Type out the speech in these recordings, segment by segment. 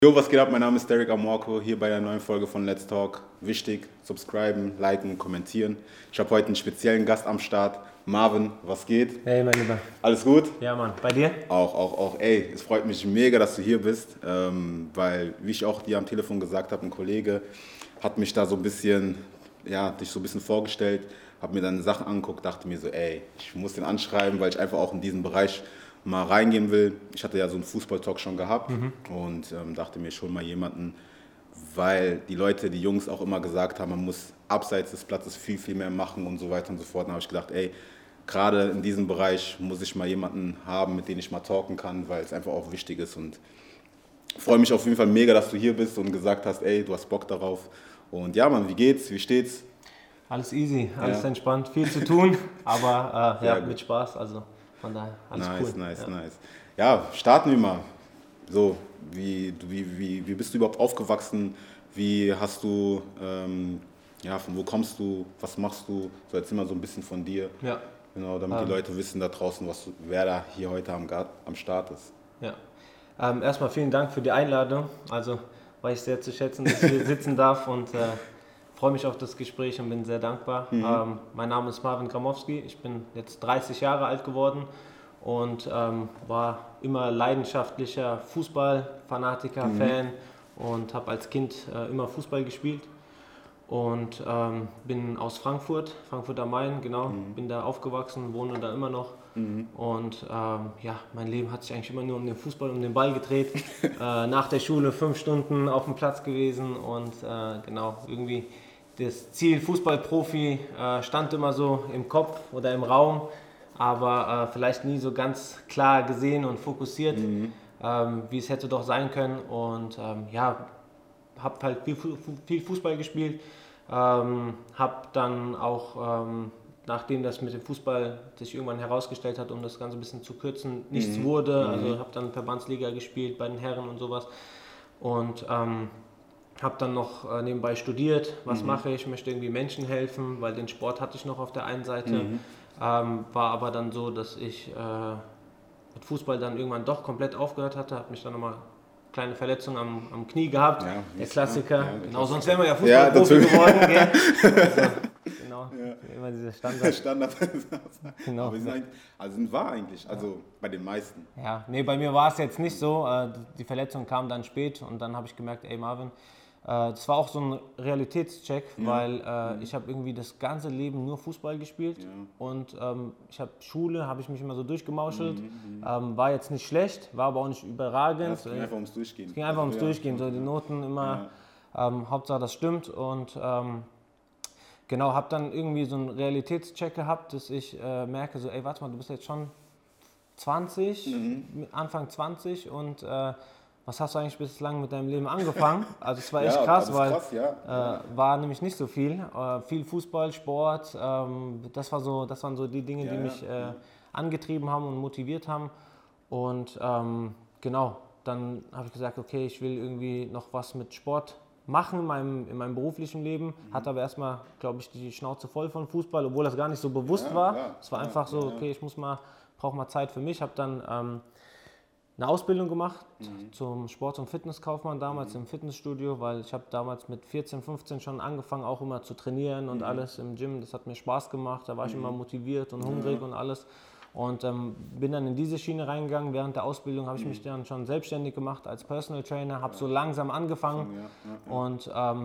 Jo, was geht ab? Mein Name ist Derek Amorco, hier bei der neuen Folge von Let's Talk. Wichtig, subscriben, liken, kommentieren. Ich habe heute einen speziellen Gast am Start. Marvin, was geht? Hey, mein Lieber. Alles gut? Ja, Mann. Bei dir? Auch. Ey, es freut mich mega, dass du hier bist, weil, wie ich auch dir am Telefon gesagt habe, ein Kollege hat mich da so ein bisschen, dich so ein bisschen vorgestellt, habe mir dann Sachen angeguckt, dachte mir so, ey, ich muss den anschreiben, weil ich einfach auch in diesen Bereich mal reingehen will. Ich hatte ja so einen Fußball-Talk schon gehabt und dachte mir schon mal jemanden, weil die Leute, die Jungs auch immer gesagt haben, man muss abseits des Platzes viel, viel mehr machen und so weiter und so fort. Dann habe ich gedacht, ey, gerade in diesem Bereich muss ich mal jemanden haben, mit dem ich mal talken kann, weil es einfach auch wichtig ist. Und freue mich auf jeden Fall mega, dass du hier bist und gesagt hast, ey, du hast Bock darauf. Und ja, Mann, wie geht's? Wie steht's? Alles easy, alles entspannt, viel zu tun, aber Sehr mit gut. Spaß, also von daher alles cool. Nice. Ja, starten wir mal. So, wie bist du überhaupt aufgewachsen? Wie hast du, von wo kommst du? Was machst du? So, erzähl mal so ein bisschen von dir. Ja. Genau, damit die Leute wissen da draußen, wer da hier heute am Start ist. Ja. Erstmal vielen Dank für die Einladung, also war ich sehr zu schätzen, dass ich hier sitzen darf und freue mich auf das Gespräch und bin sehr dankbar. Mein Name ist Marvin Gramowski, ich bin jetzt 30 Jahre alt geworden und war immer leidenschaftlicher Fußballfanatiker, Fan und habe als Kind immer Fußball gespielt und bin aus Frankfurt am Main, genau, bin da aufgewachsen, wohne da immer noch. Und mein Leben hat sich eigentlich immer nur um den Fußball, um den Ball gedreht. Nach der Schule 5 Stunden auf dem Platz gewesen und irgendwie das Ziel Fußballprofi stand immer so im Kopf oder im Raum, aber vielleicht nie so ganz klar gesehen und fokussiert, wie es hätte doch sein können. Und habe halt viel Fußball gespielt, habe dann auch, nachdem das mit dem Fußball sich irgendwann herausgestellt hat, um das Ganze ein bisschen zu kürzen, nichts wurde, also habe dann Verbandsliga gespielt bei den Herren und sowas und habe dann noch nebenbei studiert, was mache ich, möchte irgendwie Menschen helfen, weil den Sport hatte ich noch auf der einen Seite, war aber dann so, dass ich mit Fußball dann irgendwann doch komplett aufgehört hatte, habe mich dann nochmal kleine Verletzung am Knie gehabt, der Klassiker. Ja, genau, sonst wären wir ja Fußballprofi geworden. Gell? Also, immer dieser Standard. Genau. Aber sind wahr eigentlich, also bei den meisten. Ja, nee, bei mir war es jetzt nicht so. Die Verletzung kam dann spät und dann habe ich gemerkt, ey Marvin, das war auch so ein Realitätscheck, weil ich habe irgendwie das ganze Leben nur Fußball gespielt und ich habe Schule, habe ich mich immer so durchgemauschelt, war jetzt nicht schlecht, war aber auch nicht überragend. Ja, es ging einfach ums Durchgehen. Es ging einfach ums Durchgehen, so die Noten immer, Hauptsache das stimmt und habe dann irgendwie so einen Realitätscheck gehabt, dass ich merke so, ey warte mal, du bist jetzt schon 20, Anfang 20 und was hast du eigentlich bislang mit deinem Leben angefangen? Also es war echt krass, weil war nämlich nicht so viel. Viel Fußball, Sport, das waren so die Dinge, die mich angetrieben haben und motiviert haben. Und dann habe ich gesagt, okay, ich will irgendwie noch was mit Sport machen in meinem beruflichen Leben. Hatte aber erstmal, glaube ich, die Schnauze voll von Fußball, obwohl das gar nicht so bewusst war. Es war einfach so, okay, ich brauche mal Zeit für mich. Ich habe dann eine Ausbildung gemacht zum Sport- und Fitnesskaufmann damals im Fitnessstudio, weil ich habe damals mit 14, 15 schon angefangen, auch immer zu trainieren und alles im Gym. Das hat mir Spaß gemacht, da war ich immer motiviert und hungrig und alles. Und bin dann in diese Schiene reingegangen. Während der Ausbildung habe ich mich dann schon selbstständig gemacht als Personal Trainer, habe so langsam angefangen und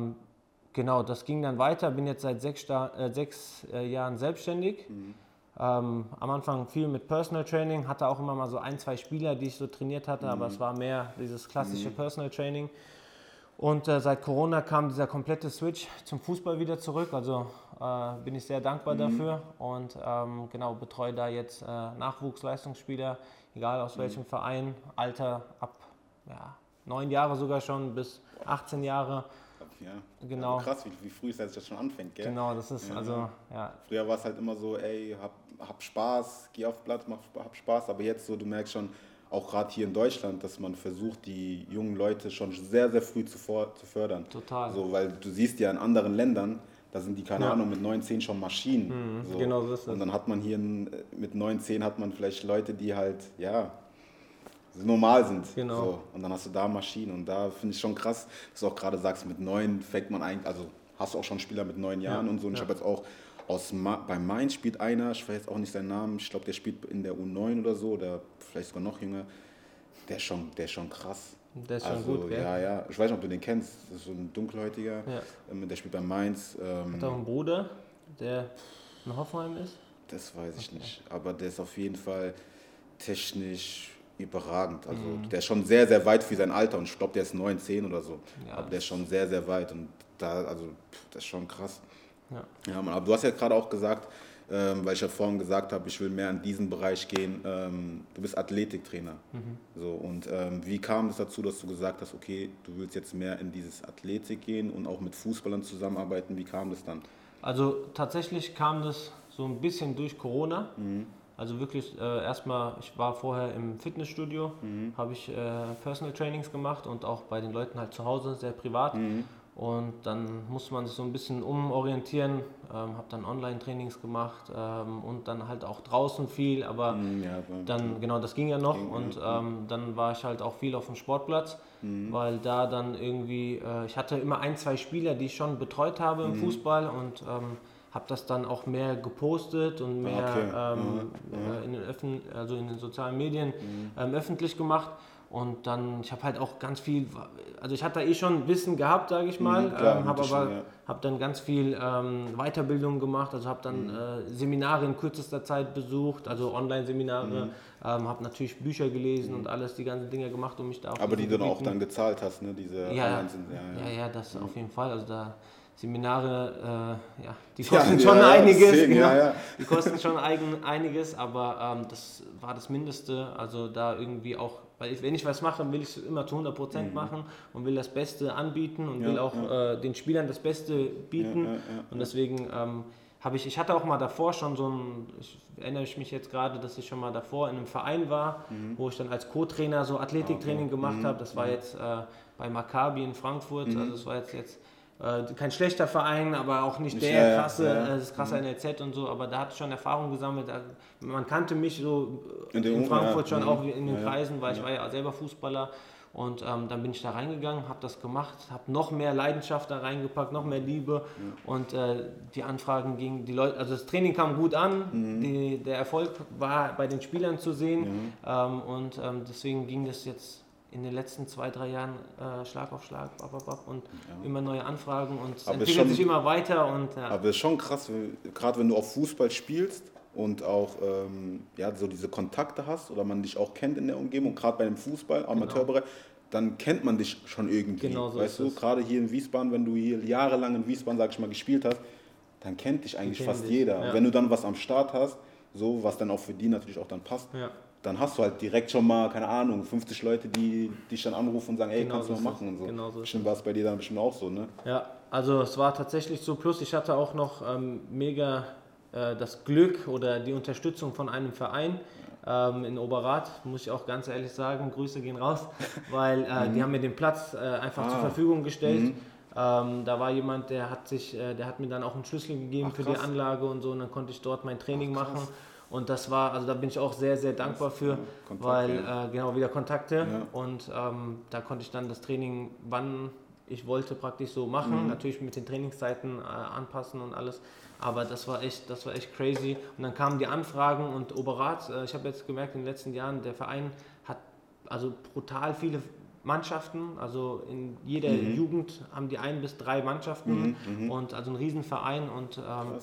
das ging dann weiter. Bin jetzt seit 6 Jahren selbstständig. Am Anfang viel mit Personal Training, hatte auch immer mal so 1, 2 Spieler, die ich so trainiert hatte, aber es war mehr dieses klassische Personal Training. Und seit Corona kam dieser komplette Switch zum Fußball wieder zurück, also bin ich sehr dankbar dafür und betreue da jetzt Nachwuchsleistungsspieler, egal aus welchem Verein, Alter ab 9 Jahre sogar schon bis 18 Jahre. Ja, genau. Also krass, wie früh es das schon anfängt, gell? Genau, das ist Früher war es halt immer so, ey, hab Spaß, geh auf Platz, hab Spaß, aber jetzt so, du merkst schon, auch gerade hier in Deutschland, dass man versucht, die jungen Leute schon sehr, sehr früh zu fördern. Total. So, weil du siehst ja in anderen Ländern, da sind die, keine Ahnung, mit 9, 10 schon Maschinen. So. Genau so ist es. Und dann hat man hier mit 9, 10 hat man vielleicht Leute, die halt, normal sind. Genau. So. Und dann hast du da Maschinen und da finde ich schon krass, dass du auch gerade sagst, mit 9 fängt man eigentlich, also hast du auch schon Spieler mit 9 Jahren und so. Und ich habe jetzt auch bei Mainz spielt einer, ich weiß jetzt auch nicht seinen Namen, ich glaube, der spielt in der U9 oder so, oder vielleicht sogar noch jünger. Der ist schon krass. Der ist schon gut, gell? Ja. Ich weiß nicht, ob du den kennst. Das ist so ein Dunkelhäutiger. Ja. Der spielt bei Mainz. Hat auch einen Bruder, der in Hoffenheim ist? Das weiß ich nicht. Aber der ist auf jeden Fall technisch überragend. Also der ist schon sehr, sehr weit für sein Alter. Und ich glaube, der ist 9, 10 oder so. Ja, aber der ist schon sehr, sehr weit. Und das ist schon krass. Ja. Mann, aber du hast ja gerade auch gesagt, weil ich ja vorhin gesagt habe, ich will mehr in diesen Bereich gehen. Du bist Athletiktrainer. So, und wie kam es dazu, dass du gesagt hast, okay, du willst jetzt mehr in dieses Athletik gehen und auch mit Fußballern zusammenarbeiten? Wie kam das dann? Also tatsächlich kam das so ein bisschen durch Corona. Also wirklich erstmal, ich war vorher im Fitnessstudio, habe ich Personal Trainings gemacht und auch bei den Leuten halt zu Hause, sehr privat. Und dann musste man sich so ein bisschen umorientieren, habe dann Online-Trainings gemacht und dann halt auch draußen viel, aber dann, genau, das ging ja noch und dann war ich halt auch viel auf dem Sportplatz, weil da dann irgendwie, ich hatte immer 1, 2 Spieler, die ich schon betreut habe im Fußball und habe das dann auch mehr gepostet und mehr in den sozialen Medien öffentlich gemacht. Und dann, ich habe halt auch ganz viel, also ich hatte schon Wissen gehabt, sage ich mal, habe dann ganz viel Weiterbildung gemacht, also habe dann Seminare in kürzester Zeit besucht, also Online-Seminare, habe natürlich Bücher gelesen und alles, die ganzen Dinge gemacht, um mich da auch... Aber die du auch dann gezahlt hast, ne? Diese ja, das auf jeden Fall, also da... Seminare, die kosten schon einiges. Die kosten schon einiges, aber das war das Mindeste. Also da irgendwie auch, weil wenn ich was mache, will ich es immer zu 100% machen und will das Beste anbieten und will auch den Spielern das Beste bieten. Und deswegen ich hatte auch mal davor schon ich erinnere mich jetzt gerade, dass ich schon mal davor in einem Verein war, wo ich dann als Co-Trainer so Athletiktraining gemacht habe. Das war jetzt bei Maccabi in Frankfurt, also das war jetzt kein schlechter Verein, aber auch nicht der krasse, das krasse NLZ und so, aber da hatte ich schon Erfahrung gesammelt. Man kannte mich so in Frankfurt schon auch in den Kreisen, weil ich war ja selber Fußballer und dann bin ich da reingegangen, habe das gemacht, habe noch mehr Leidenschaft da reingepackt, noch mehr Liebe und die Anfragen gingen, die Leute, also das Training kam gut an, der Erfolg war bei den Spielern zu sehen und deswegen ging das jetzt in den letzten 2, 3 Jahren Schlag auf Schlag und immer neue Anfragen und es entwickelt sich immer weiter. Aber es ist schon krass, gerade wenn du auch Fußball spielst und auch so diese Kontakte hast oder man dich auch kennt in der Umgebung, gerade bei dem Fußball, Amateurbereich, dann kennt man dich schon irgendwie. Genau so weißt du, gerade hier in Wiesbaden, wenn du hier jahrelang in Wiesbaden, sag ich mal, gespielt hast, dann kennt dich eigentlich fast jeder. Und wenn du dann was am Start hast, so was dann auch für die natürlich auch dann passt, dann hast du halt direkt schon mal, keine Ahnung, 50 Leute, die dich dann anrufen und sagen, ey, kannst du mal machen und so. Genau so bestimmt war es bei dir dann bestimmt auch so, ne? Ja, also es war tatsächlich so, plus ich hatte auch noch mega das Glück oder die Unterstützung von einem Verein in Oberrath, muss ich auch ganz ehrlich sagen, Grüße gehen raus, weil die haben mir den Platz einfach zur Verfügung gestellt. Da war jemand, der hat mir dann auch einen Schlüssel gegeben für die Anlage und so und dann konnte ich dort mein Training machen. Und das war, also da bin ich auch sehr, sehr dankbar für, weil genau wieder Kontakte und da konnte ich dann das Training, wann ich wollte, praktisch so machen, natürlich mit den Trainingszeiten anpassen und alles, aber das war echt crazy und dann kamen die Anfragen und Oberrath, ich habe jetzt gemerkt in den letzten Jahren, der Verein hat also brutal viele Mannschaften, also in jeder Jugend haben die 1 bis 3 Mannschaften und also ein Riesenverein und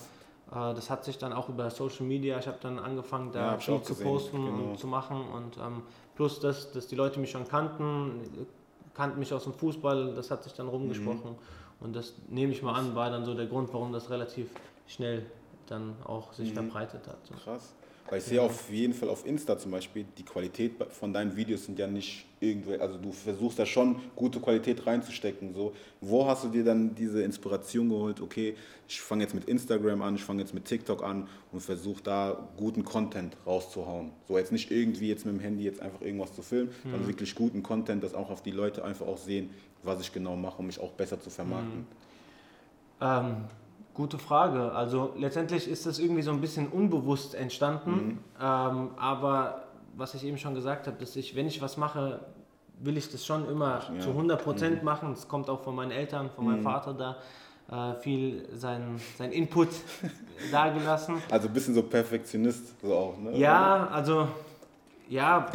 das hat sich dann auch über Social Media, ich habe dann angefangen da viel zu posten und zu machen und plus dass die Leute mich schon kannten mich aus dem Fußball, das hat sich dann rumgesprochen und das nehme ich mal an, war dann so der Grund, warum das relativ schnell dann auch sich verbreitet hat. So. Krass. Weil ich sehe auf jeden Fall auf Insta zum Beispiel, die Qualität von deinen Videos sind ja nicht irgendwie, also du versuchst da schon gute Qualität reinzustecken. So. Wo hast du dir dann diese Inspiration geholt, okay, ich fange jetzt mit Instagram an, ich fange jetzt mit TikTok an und versuche da guten Content rauszuhauen. So jetzt nicht irgendwie jetzt mit dem Handy jetzt einfach irgendwas zu filmen, sondern wirklich guten Content, dass auch auf die Leute einfach auch sehen, was ich genau mache, um mich auch besser zu vermarkten. Gute Frage. Also letztendlich ist das irgendwie so ein bisschen unbewusst entstanden, aber was ich eben schon gesagt habe, dass wenn ich was mache, will ich das schon immer zu 100% machen. Das kommt auch von meinen Eltern, von meinem Vater da. Viel sein Input dagelassen. Also ein bisschen so Perfektionist so auch, ne? Ja, also ja,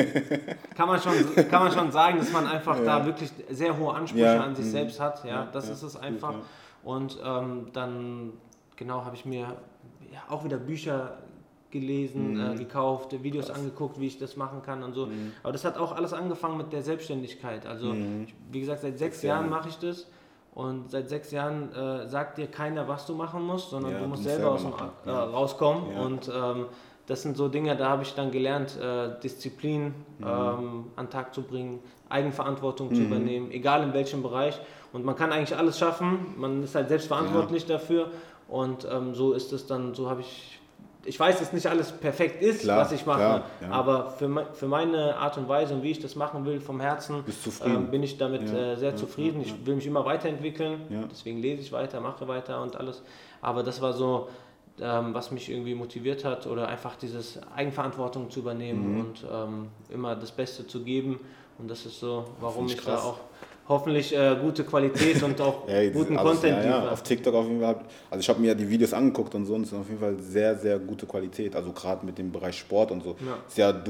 kann man schon sagen, dass man einfach da wirklich sehr hohe Ansprüche an sich selbst hat. Ja, das ist es einfach. Gut, Und dann genau habe ich mir auch wieder Bücher gelesen, gekauft, Videos angeguckt, wie ich das machen kann und so. Aber das hat auch alles angefangen mit der Selbstständigkeit. Also wie gesagt, seit 6 Jahren mache ich das. Und seit 6 Jahren sagt dir keiner, was du machen musst, sondern du musst selber aus dem rauskommen. Ja. Und das sind so Dinge, da habe ich dann gelernt, Disziplin an den Tag zu bringen, Eigenverantwortung zu übernehmen, egal in welchem Bereich. Und man kann eigentlich alles schaffen, man ist halt selbst verantwortlich dafür. Und so ist es dann, so habe ich weiß, dass nicht alles perfekt ist, was ich mache, aber für meine Art und Weise und wie ich das machen will, vom Herzen, bin ich damit sehr zufrieden. Ich will mich immer weiterentwickeln, deswegen lese ich weiter, mache weiter und alles. Aber das war so, was mich irgendwie motiviert hat, oder einfach dieses Eigenverantwortung zu übernehmen und immer das Beste zu geben. Und das ist so, warum ich da auch hoffentlich gute Qualität und auch guten Content liefere. Auf TikTok auf jeden Fall. Also ich habe mir ja die Videos angeguckt und so, und es ist auf jeden Fall sehr, sehr gute Qualität. Also gerade mit dem Bereich Sport und so. Ja. Du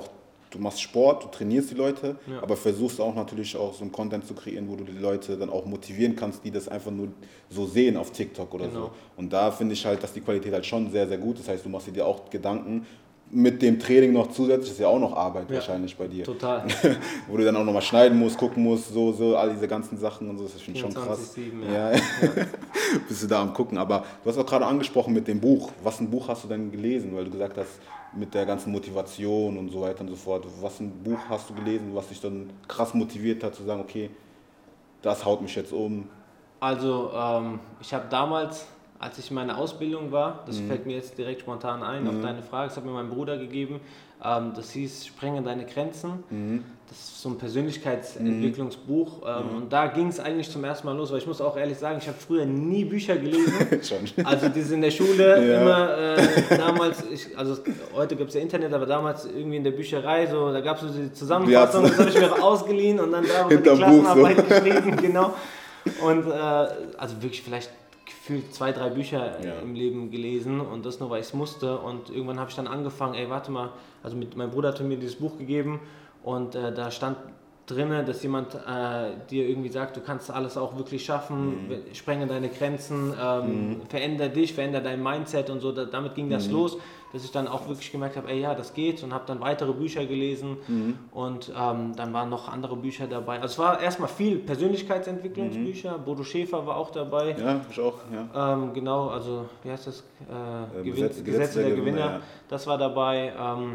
machst Sport, du trainierst die Leute, aber versuchst auch natürlich auch so einen Content zu kreieren, wo du die Leute dann auch motivieren kannst, die das einfach nur so sehen auf TikTok oder so. Und da finde ich halt, dass die Qualität halt schon sehr, sehr gut ist. Das heißt, du machst dir auch Gedanken, mit dem Training noch zusätzlich, ist ja auch noch Arbeit wahrscheinlich bei dir. Total. Wo du dann auch nochmal schneiden musst, gucken musst, so, all diese ganzen Sachen und so, das ist schon krass. 24/7, Bist du da am Gucken. Aber du hast auch gerade angesprochen mit dem Buch. Was für ein Buch hast du denn gelesen? Weil du gesagt hast, mit der ganzen Motivation und so weiter und so fort. Was für ein Buch hast du gelesen, was dich dann krass motiviert hat, zu sagen, okay, das haut mich jetzt um? Also, ich habe damals, als ich in meiner Ausbildung war, das fällt mir jetzt direkt spontan ein, auf deine Frage, das hat mir mein Bruder gegeben, das hieß Sprenge deine Grenzen, das ist so ein Persönlichkeitsentwicklungsbuch und da ging es eigentlich zum ersten Mal los, weil ich muss auch ehrlich sagen, ich habe früher nie Bücher gelesen, also die sind in der Schule immer damals, also heute gibt es ja Internet, aber damals irgendwie in der Bücherei, so, da gab es so die Zusammenfassung, das habe ich mir ausgeliehen und dann darüber die Klassenarbeit geschrieben, genau, und also wirklich vielleicht gefühlt 2, 3 Bücher im Leben gelesen und das nur, weil ich es musste. Und irgendwann habe ich dann angefangen, warte mal, also mein Bruder hatte mir dieses Buch gegeben und da stand drin, dass jemand dir irgendwie sagt, du kannst alles auch wirklich schaffen, sprenge deine Grenzen, verändere dich, verändere dein Mindset und so. Damit ging das los, dass ich dann auch wirklich gemerkt habe, das geht, und habe dann weitere Bücher gelesen und dann waren noch andere Bücher dabei. Also es war erstmal viel Persönlichkeitsentwicklungsbücher, Bodo Schäfer war auch dabei. Ja, ich auch, genau, also wie heißt das? Gesetze der Gewinner, das war dabei.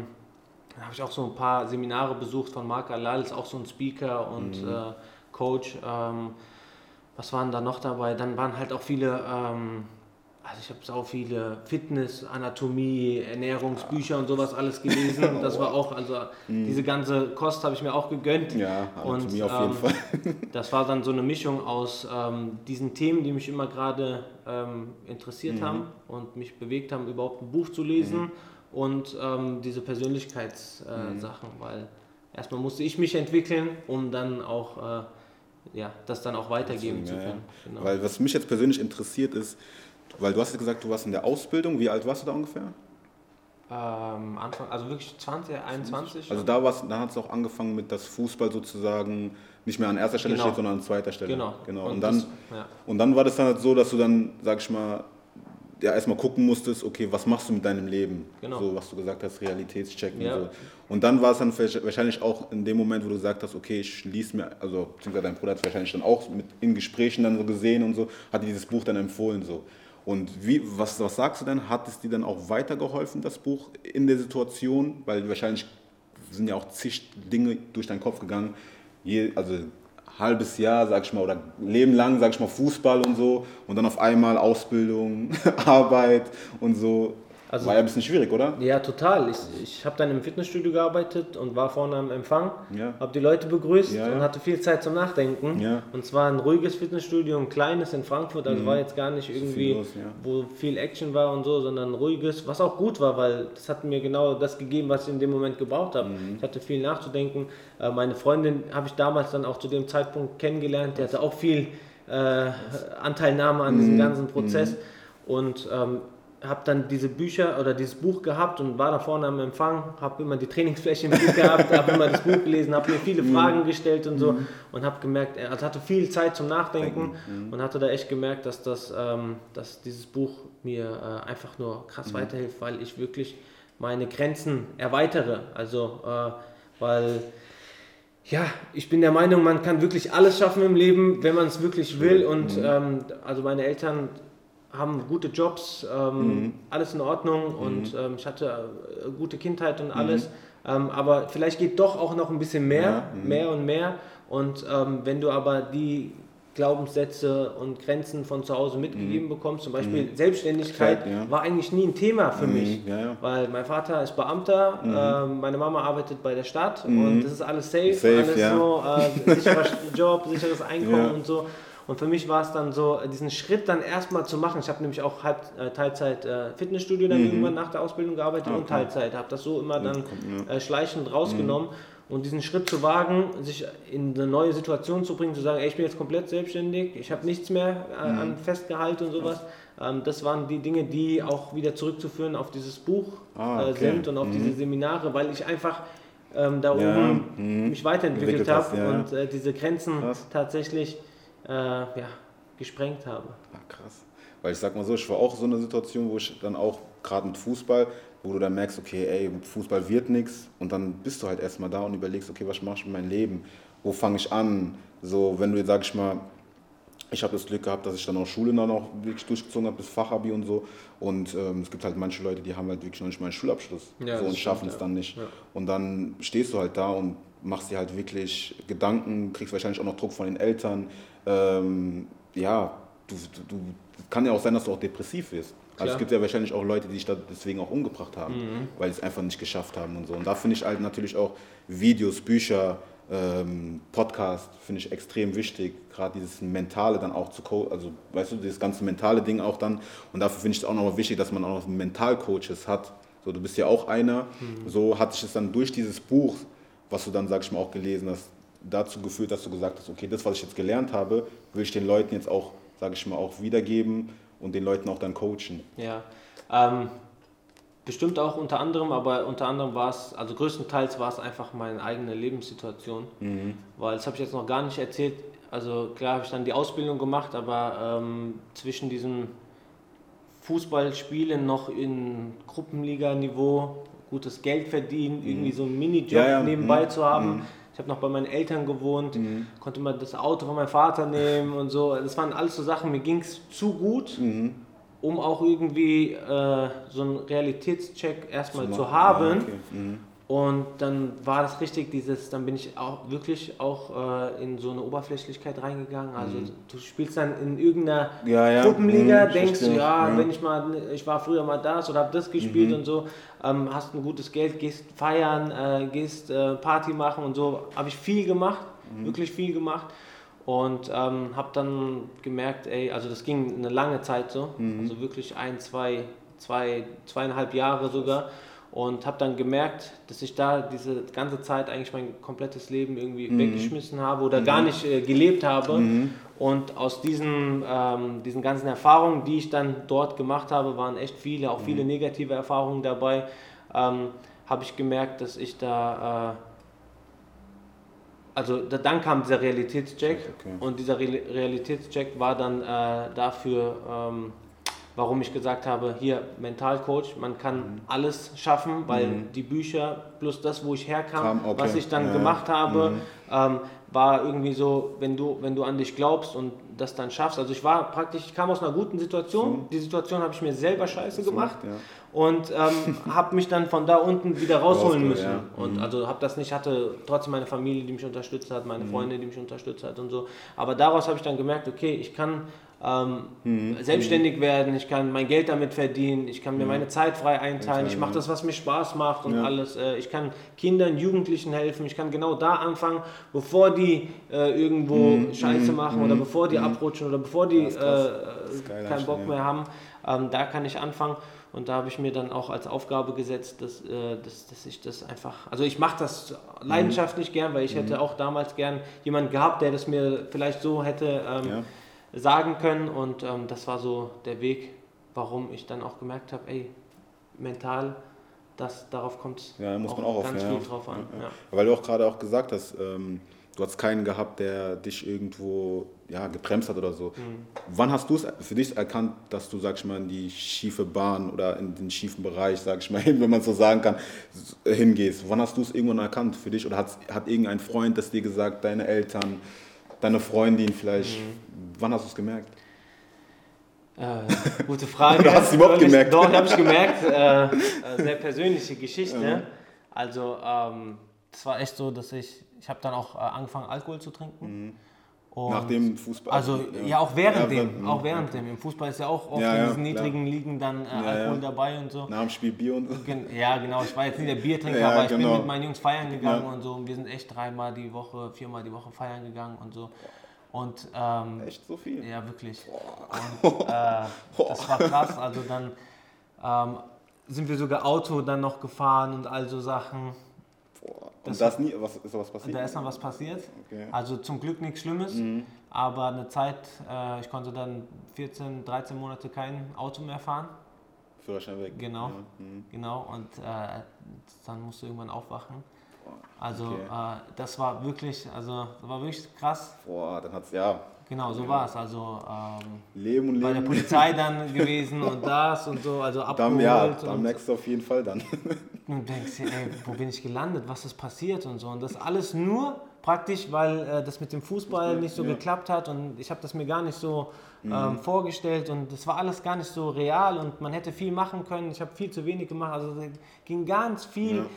Dann habe ich auch so ein paar Seminare besucht von Mark Alal, ist auch so ein Speaker und Coach. Was waren da noch dabei? Dann waren halt auch viele, also ich habe so viele Fitness, Anatomie, Ernährungsbücher und sowas alles gelesen. Das war auch, also diese ganze Kost habe ich mir auch gegönnt. Ja, Anatomie auf jeden Fall. Das war dann so eine Mischung aus diesen Themen, die mich immer gerade interessiert haben und mich bewegt haben, überhaupt ein Buch zu lesen. Und diese Persönlichkeitssachen, weil erstmal musste ich mich entwickeln, um dann auch das dann auch weitergeben zu können. Ja. Genau. Weil was mich jetzt persönlich interessiert ist, weil du hast ja gesagt, du warst in der Ausbildung, wie alt warst du da ungefähr? Anfang, also wirklich 20, 21. Also da hat es auch angefangen mit, dass Fußball sozusagen nicht mehr an erster Stelle steht, sondern an zweiter Stelle. Genau. Und dann war das dann halt so, dass du dann, sag ich mal, erstmal gucken musstest, okay, was machst du mit deinem Leben? Genau. So, was du gesagt hast, Realitätschecken und so. Und dann war es dann wahrscheinlich auch in dem Moment, wo du gesagt hast, okay, ich schließe mir, also beziehungsweise dein Bruder hat es wahrscheinlich dann auch in Gesprächen dann so gesehen und so, hat dir dieses Buch dann empfohlen so. Und was sagst du denn? Hat es dir dann auch weitergeholfen, das Buch, in der Situation? Weil wahrscheinlich sind ja auch zig Dinge durch deinen Kopf gegangen, also halbes Jahr, sag ich mal, oder Leben lang, sag ich mal, Fußball und so und dann auf einmal Ausbildung, Arbeit und so. Also, war ja ein bisschen schwierig, oder? Ja, total. Ich habe dann im Fitnessstudio gearbeitet und war vorne am Empfang, Ja. habe die Leute begrüßt Ja, und ja. hatte viel Zeit zum Nachdenken. Ja. Und zwar ein ruhiges Fitnessstudio, ein kleines in Frankfurt, also war jetzt gar nicht irgendwie, los, ja. wo viel Action war und so, sondern ein ruhiges, was auch gut war, weil das hat mir genau das gegeben, was ich in dem Moment gebraucht habe. Ich hatte viel nachzudenken. Meine Freundin habe ich damals dann auch zu dem Zeitpunkt kennengelernt, die hatte auch viel Anteilnahme an diesem ganzen Prozess und habe dann diese Bücher oder dieses Buch gehabt und war da vorne am Empfang, habe immer die Trainingsfläche im Blick gehabt, habe immer das Buch gelesen, habe mir viele Fragen gestellt und so und habe gemerkt, also hatte viel Zeit zum Nachdenken und hatte da echt gemerkt, dass dieses Buch mir einfach nur krass weiterhilft, weil ich wirklich meine Grenzen erweitere. Also weil ja, ich bin der Meinung, man kann wirklich alles schaffen im Leben, wenn man es wirklich will und also meine Eltern haben gute Jobs, alles in Ordnung und ich hatte gute Kindheit und alles, aber vielleicht geht doch auch noch ein bisschen mehr, mehr und mehr und wenn du aber die Glaubenssätze und Grenzen von zu Hause mitgegeben bekommst, zum Beispiel Selbstständigkeit war eigentlich nie ein Thema für mich, weil mein Vater ist Beamter, meine Mama arbeitet bei der Stadt und das ist alles safe alles so, sicherer Job, sicheres Einkommen und so. Und für mich war es dann so, diesen Schritt dann erstmal zu machen. Ich habe nämlich auch Teilzeit Fitnessstudio dann irgendwann nach der Ausbildung gearbeitet und Teilzeit. Habe das so immer dann schleichend rausgenommen. Und diesen Schritt zu wagen, sich in eine neue Situation zu bringen, zu sagen, ey, ich bin jetzt komplett selbstständig, ich habe nichts mehr an Festgehalt und sowas. Das waren die Dinge, die auch wieder zurückzuführen auf dieses Buch sind und auf diese Seminare, weil ich einfach da oben mich weiterentwickelt habe und diese Grenzen tatsächlich gesprengt habe. Ach, krass. Weil ich sag mal so, ich war auch so eine Situation, wo ich dann auch, gerade mit Fußball, wo du dann merkst, okay, ey, mit Fußball wird nichts und dann bist du halt erstmal da und überlegst, okay, was mache ich mit meinem Leben? Wo fange ich an? So, wenn du jetzt, sag ich mal, ich habe das Glück gehabt, dass ich dann auch Schule dann auch wirklich durchgezogen habe bis Fachabi und so und es gibt halt manche Leute, die haben halt wirklich noch nicht mal einen Schulabschluss und schaffen es dann nicht. Ja. Und dann stehst du halt da und machst dir halt wirklich Gedanken, kriegst wahrscheinlich auch noch Druck von den Eltern. Du kann ja auch sein, dass du auch depressiv wirst. Also es gibt ja wahrscheinlich auch Leute, die sich da deswegen auch umgebracht haben, weil sie es einfach nicht geschafft haben und so. Und da finde ich halt natürlich auch Videos, Bücher, Podcast finde ich extrem wichtig, gerade dieses Mentale dann auch zu coachen, also weißt du, dieses ganze mentale Ding auch dann. Und dafür finde ich es auch nochmal wichtig, dass man auch noch Mentalcoaches hat. So, du bist ja auch einer. So hat sich es dann durch dieses Buch, was du dann, sag ich mal, auch gelesen hast, dazu geführt, dass du gesagt hast, okay, das, was ich jetzt gelernt habe, will ich den Leuten jetzt auch, sage ich mal, auch wiedergeben und den Leuten auch dann coachen. Ja, bestimmt auch unter anderem, aber unter anderem war es, also größtenteils war es einfach meine eigene Lebenssituation, weil das habe ich jetzt noch gar nicht erzählt, also klar habe ich dann die Ausbildung gemacht, aber zwischen diesem Fußballspielen noch in Gruppenliga-Niveau, gutes Geld verdienen, irgendwie so einen Minijob nebenbei zu haben. Ich habe noch bei meinen Eltern gewohnt, konnte mal das Auto von meinem Vater nehmen und so. Das waren alles so Sachen, mir ging es zu gut, um auch irgendwie so einen Realitätscheck erstmal zu haben. Und dann war das richtig, dann bin ich auch wirklich auch in so eine Oberflächlichkeit reingegangen. Also du spielst dann in irgendeiner Gruppenliga, denkst du, wenn ich war früher mal das oder habe das gespielt und so, hast ein gutes Geld, gehst feiern, gehst Party machen und so. Habe ich viel gemacht, wirklich viel gemacht. Und habe dann gemerkt, also das ging eine lange Zeit so, also wirklich 2,5 Jahre sogar. Und habe dann gemerkt, dass ich da diese ganze Zeit eigentlich mein komplettes Leben irgendwie weggeschmissen habe oder gar nicht gelebt habe. Und aus diesen ganzen Erfahrungen, die ich dann dort gemacht habe, waren echt viele, auch viele negative Erfahrungen dabei, habe ich gemerkt, dass ich da, dann kam dieser Realitätscheck und dieser Realitätscheck war dann dafür, warum ich gesagt habe, hier Mentalcoach, man kann alles schaffen, weil die Bücher plus das, wo ich herkam, was ich dann gemacht habe, war irgendwie so, wenn du an dich glaubst und das dann schaffst. Also ich kam aus einer guten Situation, die Situation habe ich mir selber scheiße gemacht und habe mich dann von da unten wieder rausholen müssen. Ja. Und also hatte trotzdem meine Familie, die mich unterstützt hat, meine Freunde, die mich unterstützt hat und so. Aber daraus habe ich dann gemerkt, okay, ich kann selbstständig werden, ich kann mein Geld damit verdienen, ich kann mir meine Zeit frei einteilen, ich mache das, was mir Spaß macht und alles. Ich kann Kindern, Jugendlichen helfen, ich kann genau da anfangen, bevor die irgendwo Scheiße machen oder bevor die abrutschen oder bevor die keinen Bock mehr haben. Da kann ich anfangen. Und da habe ich mir dann auch als Aufgabe gesetzt, dass ich das einfach, also ich mache das leidenschaftlich gern, weil ich hätte auch damals gern jemanden gehabt, der das mir vielleicht so hätte sagen können, und das war so der Weg, warum ich dann auch gemerkt habe, ey, mental, darauf kommt es ganz viel drauf an. Ja. Weil du auch gerade auch gesagt hast, du hast keinen gehabt, der dich irgendwo gebremst hat oder so. Wann hast du es für dich erkannt, dass du, sag ich mal, in die schiefe Bahn oder in den schiefen Bereich, sag ich mal, wenn man so sagen kann, hingehst? Wann hast du es irgendwann erkannt für dich? Oder hat irgendein Freund das dir gesagt, deine Eltern, deine Freundin vielleicht? Wann hast du es gemerkt? Gute Frage. Oder hast du überhaupt gemerkt? Doch, habe ich gemerkt. Sehr persönliche Geschichte. Also das war echt so, dass ich habe dann auch angefangen, Alkohol zu trinken. Und nach dem Fußball? Also auch während dem. Im Fußball ist ja auch oft in diesen niedrigen Ligen dann Alkohol dabei und so. Nach dem Spiel Bier und so. Ja, genau. Ich war jetzt nicht der Biertrinker, aber ich bin mit meinen Jungs feiern gegangen und so. Und wir sind echt 3-mal die Woche, 4-mal die Woche feiern gegangen und so. Und, echt so viel? Ja, wirklich. Und, das war krass. Also dann sind wir sogar Auto dann noch gefahren und all so Sachen. Und ist da was passiert? Da ist dann was passiert. Okay. Also zum Glück nichts Schlimmes. Aber eine Zeit, ich konnte dann 14, 13 Monate kein Auto mehr fahren. Führerschein weg. Genau, genau. Und dann musst du irgendwann aufwachen. Also das war wirklich krass. Boah, dann hat's Genau, so war es. Also Leben bei der Polizei dann gewesen und das und so, also abgeholt. Dann merkst du auf jeden Fall dann. Und denkst dir, ey, wo bin ich gelandet, was ist passiert und so. Und das alles nur praktisch, weil das mit dem Fußball nicht so geklappt hat, und ich habe das mir gar nicht so vorgestellt, und das war alles gar nicht so real, und man hätte viel machen können. Ich habe viel zu wenig gemacht, also ging ganz viel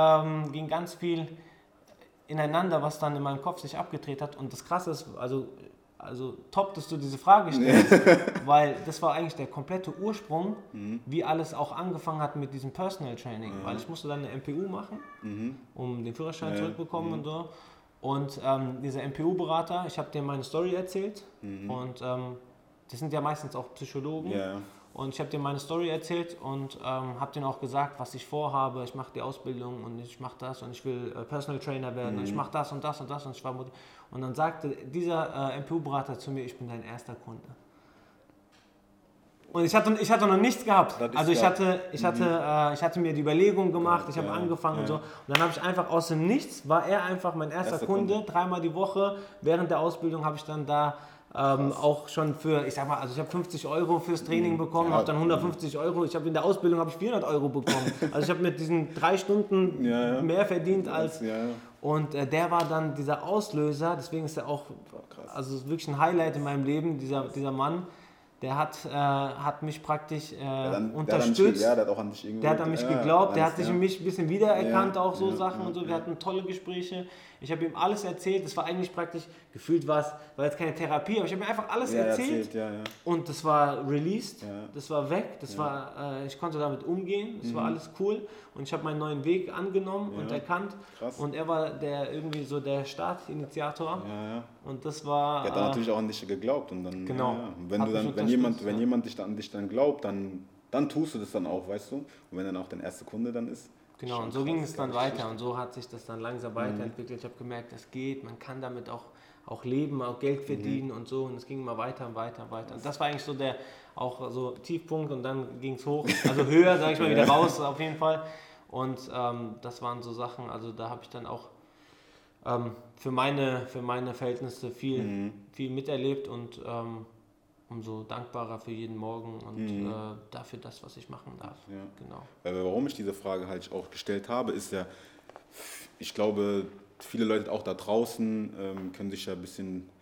ineinander, was dann in meinem Kopf sich abgedreht hat. Und das Krasse ist, also top, dass du diese Frage stellst, weil das war eigentlich der komplette Ursprung, wie alles auch angefangen hat mit diesem Personal Training, weil ich musste dann eine MPU machen, um den Führerschein zurückbekommen und so. Und dieser MPU-Berater, ich habe dem meine Story erzählt, und das sind ja meistens auch Psychologen. Ja. Und ich habe dir meine Story erzählt und habe denen auch gesagt, was ich vorhabe. Ich mache die Ausbildung und ich mache das und ich will Personal Trainer werden und ich mache das und das und das. Und dann sagte dieser MPU-Berater zu mir, ich bin dein erster Kunde. Und ich hatte noch nichts gehabt. Also ich hatte mir die Überlegung gemacht, ich habe angefangen und so. Und dann habe ich einfach aus dem Nichts, war er einfach mein erster Kunde. 3-mal die Woche während der Ausbildung habe ich dann da auch schon für, ich sag mal, also ich habe 50 Euro fürs Training bekommen, habe dann 150 Euro, in der Ausbildung habe ich 400 Euro bekommen. Also ich habe mit diesen 3 Stunden mehr verdient als... Und der war dann dieser Auslöser, deswegen ist er auch, also ist wirklich ein Highlight in meinem Leben, dieser Mann. Der hat mich praktisch unterstützt. Der hat an mich geglaubt, der hat sich in mich ein bisschen wiedererkannt, auch so Sachen und so. Wir hatten tolle Gespräche. Ich habe ihm alles erzählt. Das war eigentlich praktisch, gefühlt war jetzt keine Therapie, aber ich habe ihm einfach alles erzählt. Und das war released, das war weg, ich konnte damit umgehen, das war alles cool. Und ich habe meinen neuen Weg angenommen und erkannt. Krass. Und er war irgendwie so der Startinitiator. Und das war... Der hat dann natürlich auch an dich geglaubt. Und dann, genau. Wenn jemand an dich dann glaubt, dann tust du das dann auch, weißt du? Und wenn dann auch dein erster Kunde dann ist. Genau, und so ging es dann weiter und so hat sich das dann langsam weiterentwickelt. Ich habe gemerkt, das geht, man kann damit auch leben, auch Geld verdienen und so, und es ging immer weiter und weiter und weiter. Und das war eigentlich so der auch so Tiefpunkt, und dann ging es hoch, also höher, sage ich mal, wieder raus auf jeden Fall. Und das waren so Sachen, also da habe ich dann auch für meine Verhältnisse viel miterlebt und umso dankbarer für jeden Morgen und dafür das, was ich machen darf. Ja. Genau. Warum ich diese Frage halt auch gestellt habe, ist ja, ich glaube, viele Leute auch da draußen können sich ja ein bisschen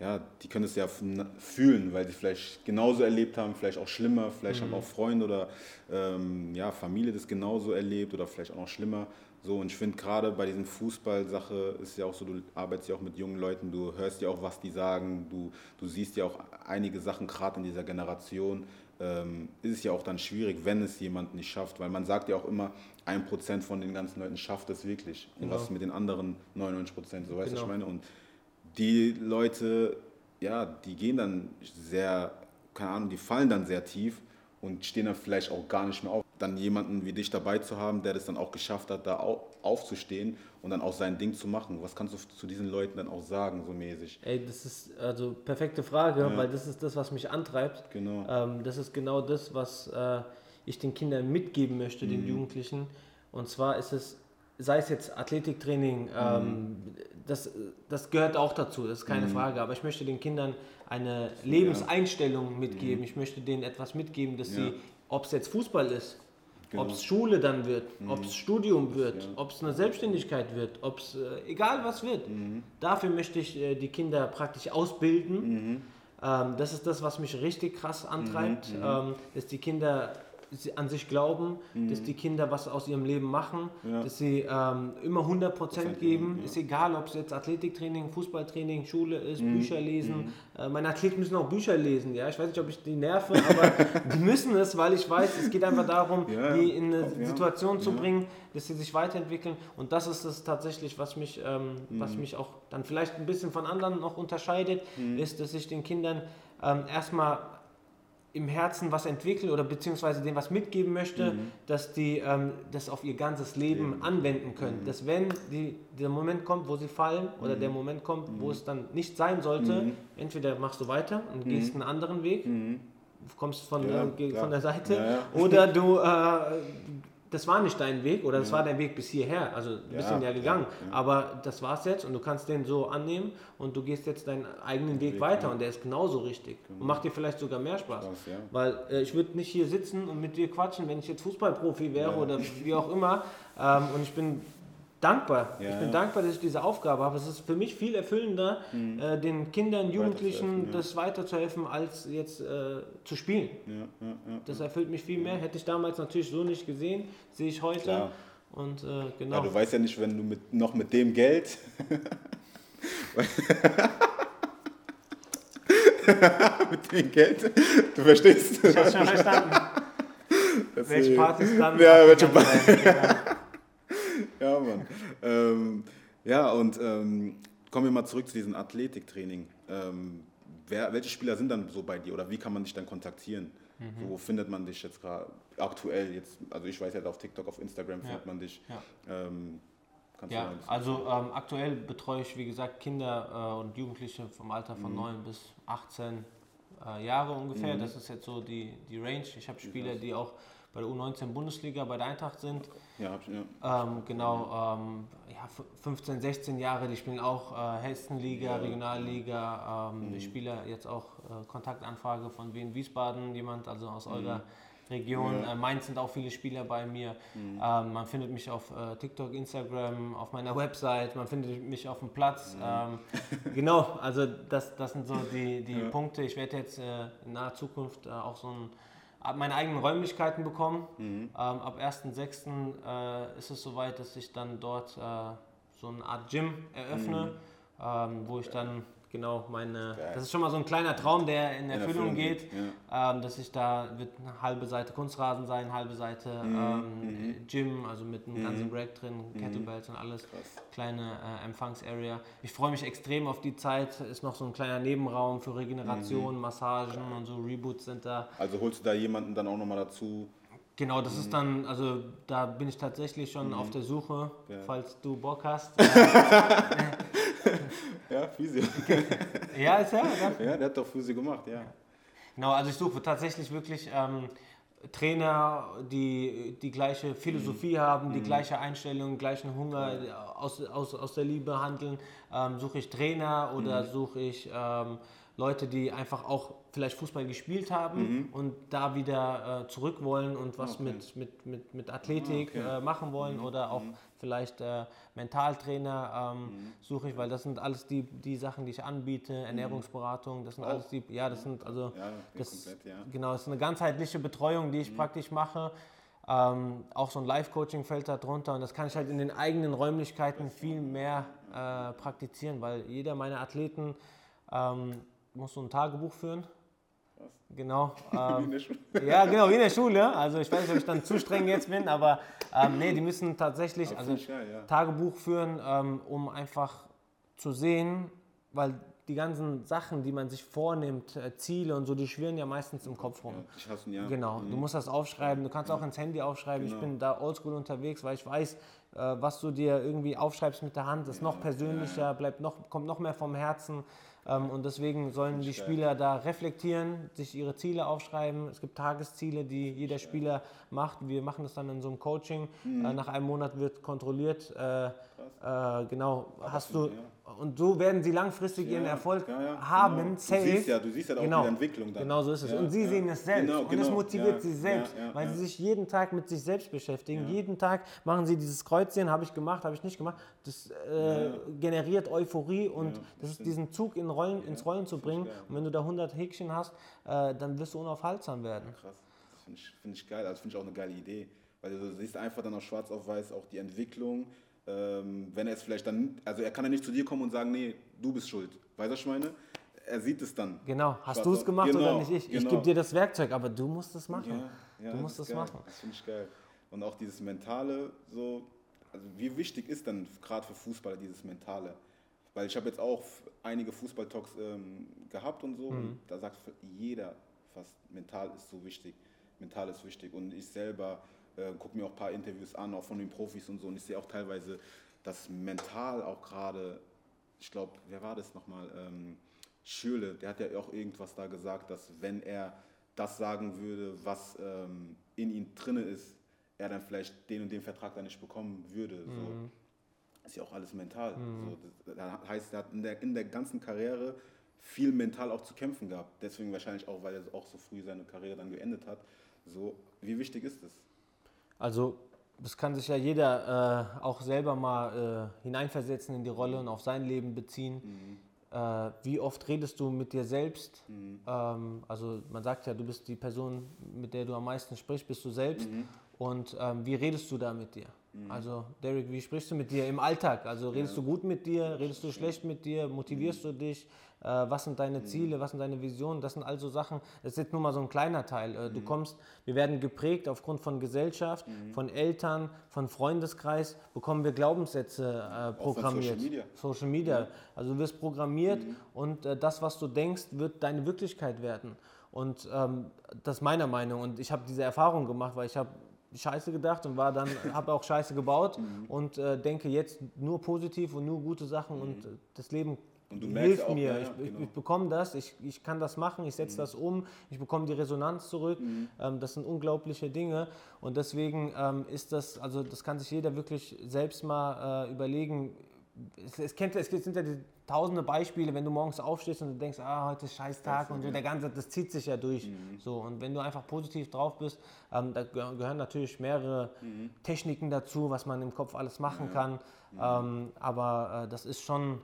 ja, die können es ja fühlen, weil sie vielleicht genauso erlebt haben, vielleicht auch schlimmer, vielleicht haben auch Freunde oder ja, Familie das genauso erlebt oder vielleicht auch noch schlimmer. So, und ich finde gerade bei diesen Fußball-Sache ist ja auch so, du arbeitest ja auch mit jungen Leuten, du hörst ja auch, was die sagen, du siehst ja auch einige Sachen, gerade in dieser Generation, ist es ja auch dann schwierig, wenn es jemand nicht schafft, weil man sagt ja auch immer, 1% von den ganzen Leuten schafft es wirklich. Und Genau. was mit den anderen 99%, so weißt du, was ich Genau. meine? Und die Leute, ja, die gehen dann sehr, keine Ahnung, die fallen dann sehr tief und stehen dann vielleicht auch gar nicht mehr auf. Dann jemanden wie dich dabei zu haben, der das dann auch geschafft hat, da aufzustehen und dann auch sein Ding zu machen. Was kannst du zu diesen Leuten dann auch sagen, so mäßig? Ey, das ist also perfekte Frage, weil das ist das, was mich antreibt. Genau. Das ist genau das, was ich den Kindern mitgeben möchte, den Jugendlichen. Und zwar ist es, sei es jetzt Athletiktraining, das gehört auch dazu, das ist keine Frage. Aber ich möchte den Kindern eine Lebenseinstellung mitgeben. Ich möchte denen etwas mitgeben, dass sie, ob es jetzt Fußball ist, ob es Schule dann wird, ob es Studium wird, ob es eine Selbstständigkeit wird, ob es egal was wird. Dafür möchte ich die Kinder praktisch ausbilden. Das ist das, was mich richtig krass antreibt, dass die Kinder an sich glauben, dass die Kinder was aus ihrem Leben machen, dass sie immer 100% geben. Ist egal, ob es jetzt Athletiktraining, Fußballtraining, Schule ist, Bücher lesen. Meine Athleten müssen auch Bücher lesen. Ja? Ich weiß nicht, ob ich die nerve, aber die müssen es, weil ich weiß, es geht einfach darum, die in eine Situation zu bringen, dass sie sich weiterentwickeln. Und das ist es tatsächlich, was mich auch dann vielleicht ein bisschen von anderen noch unterscheidet, ist, dass ich den Kindern erstmal im Herzen was entwickeln oder beziehungsweise denen was mitgeben möchte, dass die das auf ihr ganzes Leben anwenden können. Dass wenn der Moment kommt, wo sie fallen oder der Moment kommt, wo es dann nicht sein sollte, entweder machst du weiter und gehst einen anderen Weg, kommst von der Seite, oder du das war nicht dein Weg oder das war dein Weg bis hierher, also ein bisschen gegangen, aber das war's jetzt und du kannst den so annehmen und du gehst jetzt deinen eigenen Weg weiter und der ist genauso richtig und macht dir vielleicht sogar mehr Spaß, weil ich würde nicht hier sitzen und mit dir quatschen, wenn ich jetzt Fußballprofi wäre oder wie auch immer, und ich bin dankbar. Ich bin dankbar, dass ich diese Aufgabe habe. Es ist für mich viel erfüllender, den Kindern, Jugendlichen das weiterzuhelfen, als jetzt zu spielen. Das erfüllt mich viel mehr. Hätte ich damals natürlich so nicht gesehen, sehe ich heute. Klar. Und genau. Ja, du weißt ja nicht, wenn du noch mit dem Geld... mit dem Geld, du verstehst. Ich habe schon verstanden. Welche Partys dann? Ja, welche Partys. Ja, Mann. Kommen wir mal zurück zu diesem Athletiktraining. Welche Spieler sind dann so bei dir oder wie kann man dich dann kontaktieren? Wo findet man dich jetzt gerade aktuell? Jetzt, also ich weiß ja, auf TikTok, auf Instagram findet man dich. Aktuell betreue ich, wie gesagt, Kinder und Jugendliche vom Alter von 9 bis 18 Jahre ungefähr. Das ist jetzt so die Range. Ich habe Spieler, die auch bei der U19-Bundesliga bei der Eintracht sind. Ja, 15, 16 Jahre, die spielen auch Hessenliga, Regionalliga. Ich spiele jetzt auch Kontaktanfrage von Wien Wiesbaden, jemand also aus eurer Region. Mainz sind auch viele Spieler bei mir. Man findet mich auf TikTok, Instagram, auf meiner Website, man findet mich auf dem Platz. Genau, also das sind so die Punkte. Ich werde jetzt in naher Zukunft auch meine eigenen Räumlichkeiten bekommen. Ab 1.6. Ist es soweit, dass ich dann dort so eine Art Gym eröffne, wo ich dann genau das ist schon mal so ein kleiner Traum, der in Erfüllung geht, dass ich da, wird eine halbe Seite Kunstrasen sein, halbe Seite Gym, also mit einem ganzen Rack drin, Kettlebells und alles, kleine Empfangsarea. Ich freue mich extrem auf die Zeit, ist noch so ein kleiner Nebenraum für Regeneration, Massagen und so, Reboots sind da. Also holst du da jemanden dann auch nochmal dazu? Genau, das ist dann, also da bin ich tatsächlich schon auf der Suche, falls du Bock hast. Ja, Physio. Ja, ist er, oder? Ja, der hat doch Physio gemacht, ja. Genau, also ich suche tatsächlich wirklich Trainer, die die gleiche Philosophie haben, die gleiche Einstellung, gleichen Hunger, aus der Liebe handeln. Suche ich Trainer oder suche ich Leute, die einfach auch vielleicht Fußball gespielt haben und da wieder zurück wollen und was mit Athletik machen wollen oder auch vielleicht Mentaltrainer suche ich, weil das sind alles die Sachen, die ich anbiete, Ernährungsberatung, das sind alles das sind also genau, das ist eine ganzheitliche Betreuung, die ich praktisch mache. Auch so ein Live-Coaching fällt da drunter und das kann ich halt in den eigenen Räumlichkeiten viel mehr praktizieren, weil jeder meiner Athleten muss so ein Tagebuch führen. Was? Genau. Wie in der Schule. Ja, genau, wie in der Schule. Also ich weiß nicht, ob ich dann zu streng jetzt bin, aber nee, die müssen tatsächlich Tagebuch führen, um einfach zu sehen, weil die ganzen Sachen, die man sich vornimmt, Ziele und so, die schwirren ja meistens im Kopf rum. Genau, du musst das aufschreiben, du kannst auch ins Handy aufschreiben. Ich bin da oldschool unterwegs, weil ich weiß, was du dir irgendwie aufschreibst mit der Hand, ist noch persönlicher, kommt noch mehr vom Herzen. Und deswegen sollen die Spieler da reflektieren, sich ihre Ziele aufschreiben. Es gibt Tagesziele, die jeder Spieler macht. Wir machen das dann in so einem Coaching. Nach einem Monat wird kontrolliert. Genau, hast du. Und so werden sie langfristig ihren Erfolg haben. Genau. Du siehst ja auch die Entwicklung dann. Genau so ist es. Und sie sehen es selbst. Und das motiviert sie selbst, weil sie sich jeden Tag mit sich selbst beschäftigen. Jeden Tag machen sie dieses Kreuzchen, habe ich gemacht, habe ich nicht gemacht. Das generiert Euphorie und das ist diesen Zug ins Rollen zu bringen. Und wenn du da 100 Häkchen hast, dann wirst du unaufhaltsam werden. Krass, das finde ich geil. Also finde ich auch eine geile Idee. Weil du siehst einfach dann auch schwarz auf weiß auch die Entwicklung. Wenn er es vielleicht dann, also er kann ja nicht zu dir kommen und sagen, nee, du bist schuld. Weißt du, was ich meine? Er sieht es dann. Genau, hast du es gemacht oder nicht ich? Ich gebe dir das Werkzeug, aber du musst es machen. Du musst es machen. Das finde ich geil. Und auch dieses Mentale, so, also wie wichtig ist dann gerade für Fußballer dieses Mentale? Weil ich habe jetzt auch einige Fußball-Talks gehabt und so, und da sagt jeder fast, mental ist so wichtig. Mental ist wichtig. Und ich selber gucke mir auch ein paar Interviews an, auch von den Profis und so, und ich sehe auch teilweise, dass mental auch gerade, ich glaube, wer war das nochmal? Schürrle, der hat ja auch irgendwas da gesagt, dass wenn er das sagen würde, was in ihm drinne ist, er dann vielleicht den und den Vertrag dann nicht bekommen würde. So. Ist ja auch alles mental. So, das heißt, er hat in der ganzen Karriere viel mental auch zu kämpfen gehabt. Deswegen wahrscheinlich auch, weil er auch so früh seine Karriere dann geendet hat. So, wie wichtig ist das? Also das kann sich ja jeder auch selber mal hineinversetzen in die Rolle und auf sein Leben beziehen. Wie oft redest du mit dir selbst? Also man sagt ja, du bist die Person, mit der du am meisten sprichst, bist du selbst. Und wie redest du da mit dir? Also Derek, wie sprichst du mit dir im Alltag? Also redest du gut mit dir, redest du schlecht mit dir, motivierst du dich? Was sind deine Ziele, was sind deine Visionen? Das sind also Sachen, das ist jetzt nur mal so ein kleiner Teil. Wir werden geprägt aufgrund von Gesellschaft, von Eltern, von Freundeskreis, bekommen wir Glaubenssätze programmiert. Social Media. Also du wirst programmiert und das, was du denkst, wird deine Wirklichkeit werden. Und das ist meiner Meinung. Und ich habe diese Erfahrung gemacht, weil ich habe Scheiße gedacht und habe auch Scheiße gebaut und denke jetzt nur positiv und nur gute Sachen und das Leben hilft auch, mir. Ich bekomme das, ich kann das machen, ich setze das um, ich bekomme die Resonanz zurück. Das sind unglaubliche Dinge und deswegen ist das, also das kann sich jeder wirklich selbst mal überlegen. Es sind ja die tausende Beispiele, wenn du morgens aufstehst und du denkst, heute ist Scheißtag und so, das zieht sich ja durch. So, und wenn du einfach positiv drauf bist, da gehören natürlich mehrere Techniken dazu, was man im Kopf alles machen kann. Aber das ist schon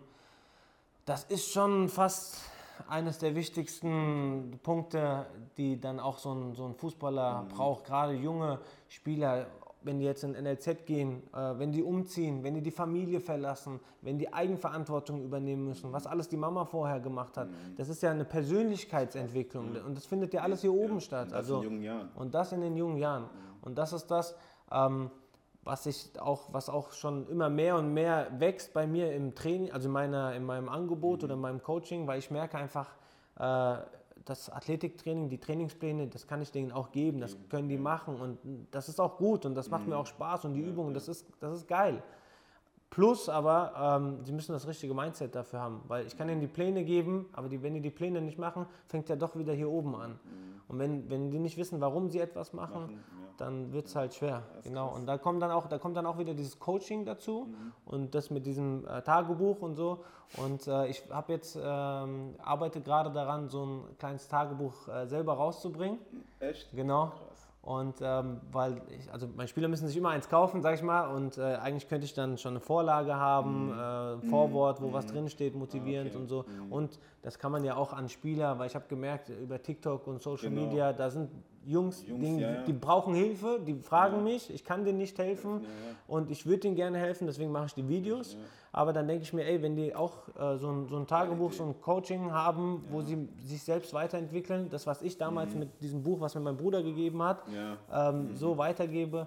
fast eines der wichtigsten Punkte, die dann auch so ein Fußballer braucht, gerade junge Spieler. Wenn die jetzt in NLZ gehen, wenn die umziehen, wenn die Familie verlassen, wenn die Eigenverantwortung übernehmen müssen, was alles die Mama vorher gemacht hat, das ist ja eine Persönlichkeitsentwicklung und das findet ja alles hier oben statt. Und das in jungen Jahren. Und das in den jungen Jahren. Und das ist das, was auch schon immer mehr und mehr wächst bei mir im Training, also in meinem Angebot oder in meinem Coaching, weil ich merke einfach, das Athletiktraining, die Trainingspläne, das kann ich denen auch geben, das können die machen und das ist auch gut und das macht mir auch Spaß und die Übungen, das ist geil. Plus aber, sie müssen das richtige Mindset dafür haben, weil ich kann ihnen die Pläne geben, aber wenn die Pläne nicht machen, fängt ja doch wieder hier oben an. Und wenn die nicht wissen, warum sie etwas machen, dann wird es halt schwer. Genau. Und da kommt dann auch wieder dieses Coaching dazu und das mit diesem Tagebuch und so. Und ich habe jetzt arbeite gerade daran, so ein kleines Tagebuch selber rauszubringen. Echt? Genau. Krass. Und weil meine Spieler müssen sich immer eins kaufen, sag ich mal, und eigentlich könnte ich dann schon eine Vorlage haben, Vorwort, wo was drinsteht, motivierend und so. Und das kann man ja auch an Spieler, weil ich habe gemerkt, über TikTok und Social Media, da sind Jungs die brauchen Hilfe, die fragen mich, ich kann denen nicht helfen und ich würde denen gerne helfen, deswegen mache ich die Videos. Aber dann denke ich mir, ey, wenn die auch so ein Tagebuch, so ein Coaching haben, wo sie sich selbst weiterentwickeln, das, was ich damals mit diesem Buch, was mir mein Bruder gegeben hat, so weitergebe,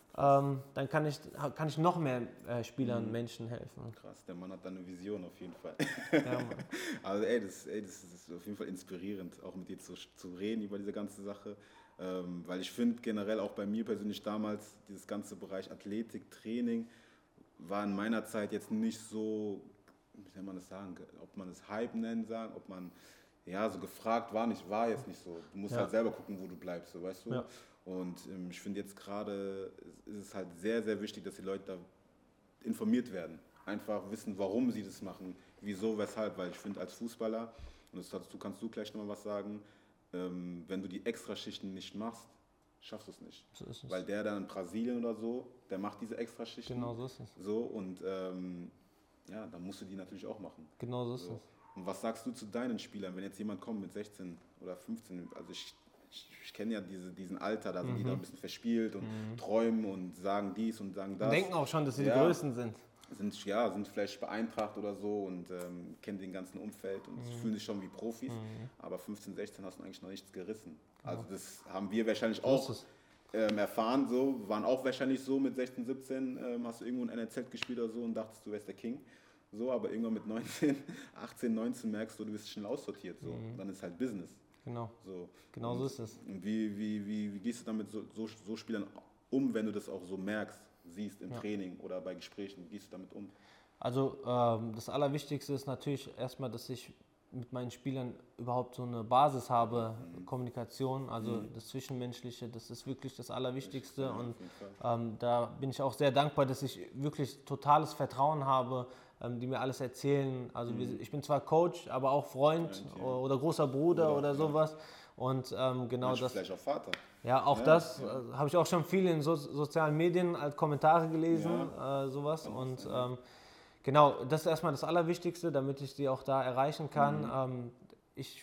dann kann ich noch mehr Spielern, Menschen helfen. Krass, der Mann hat da eine Vision auf jeden Fall. Ja, Mann. Also das ist auf jeden Fall inspirierend, auch mit dir zu reden über diese ganze Sache. Weil ich finde generell auch bei mir persönlich damals, dieses ganze Bereich Athletik, Training, war in meiner Zeit jetzt nicht so, wie soll man das sagen, ob man es Hype nennen sagen, ob man, so gefragt war jetzt nicht so. Du musst halt selber gucken, wo du bleibst, so, weißt du. Ja. Und ich finde jetzt gerade ist es halt sehr, sehr wichtig, dass die Leute da informiert werden. Einfach wissen, warum sie das machen, wieso, weshalb, weil ich finde als Fußballer, und dazu kannst du gleich nochmal was sagen, wenn du die Extraschichten nicht machst, schaffst du es nicht. So ist es. Weil der dann in Brasilien oder so, der macht diese Extraschichten. Genau so ist es. So, und dann musst du die natürlich auch machen. Genau so ist es. Und was sagst du zu deinen Spielern, wenn jetzt jemand kommt mit 16 oder 15, also ich kenne ja diesen Alter, da sind die da ein bisschen verspielt und träumen und sagen dies und sagen das. Und denken auch schon, dass sie die Größten sind. Sind vielleicht bei Eintracht oder so und kennen den ganzen Umfeld und fühlen sich schon wie Profis, aber 15, 16 hast du eigentlich noch nichts gerissen. Also das haben wir wahrscheinlich auch erfahren, so, waren auch wahrscheinlich so mit 16, 17, hast du irgendwo in NLZ gespielt oder so und dachtest, du wärst der King. So, aber irgendwann mit 18, 19 merkst du, du bist schnell aussortiert. So. Dann ist halt Business. Genau. So. Genau so ist es. Und wie gehst du damit so Spielern um, wenn du das auch so merkst, siehst im Training oder bei Gesprächen? Wie gehst du damit um? Also das Allerwichtigste ist natürlich erstmal, dass ich mit meinen Spielern überhaupt so eine Basis habe, Kommunikation, also das Zwischenmenschliche, das ist wirklich das Allerwichtigste und da bin ich auch sehr dankbar, dass ich wirklich totales Vertrauen habe, die mir alles erzählen. Also ich bin zwar Coach, aber auch Freund oder großer Bruder oder sowas. Und genau das. Vielleicht auch Vater. Ja, auch das habe ich auch schon viel in sozialen Medien als Kommentare gelesen, sowas. Und genau, das ist erstmal das Allerwichtigste, damit ich die auch da erreichen kann. Ich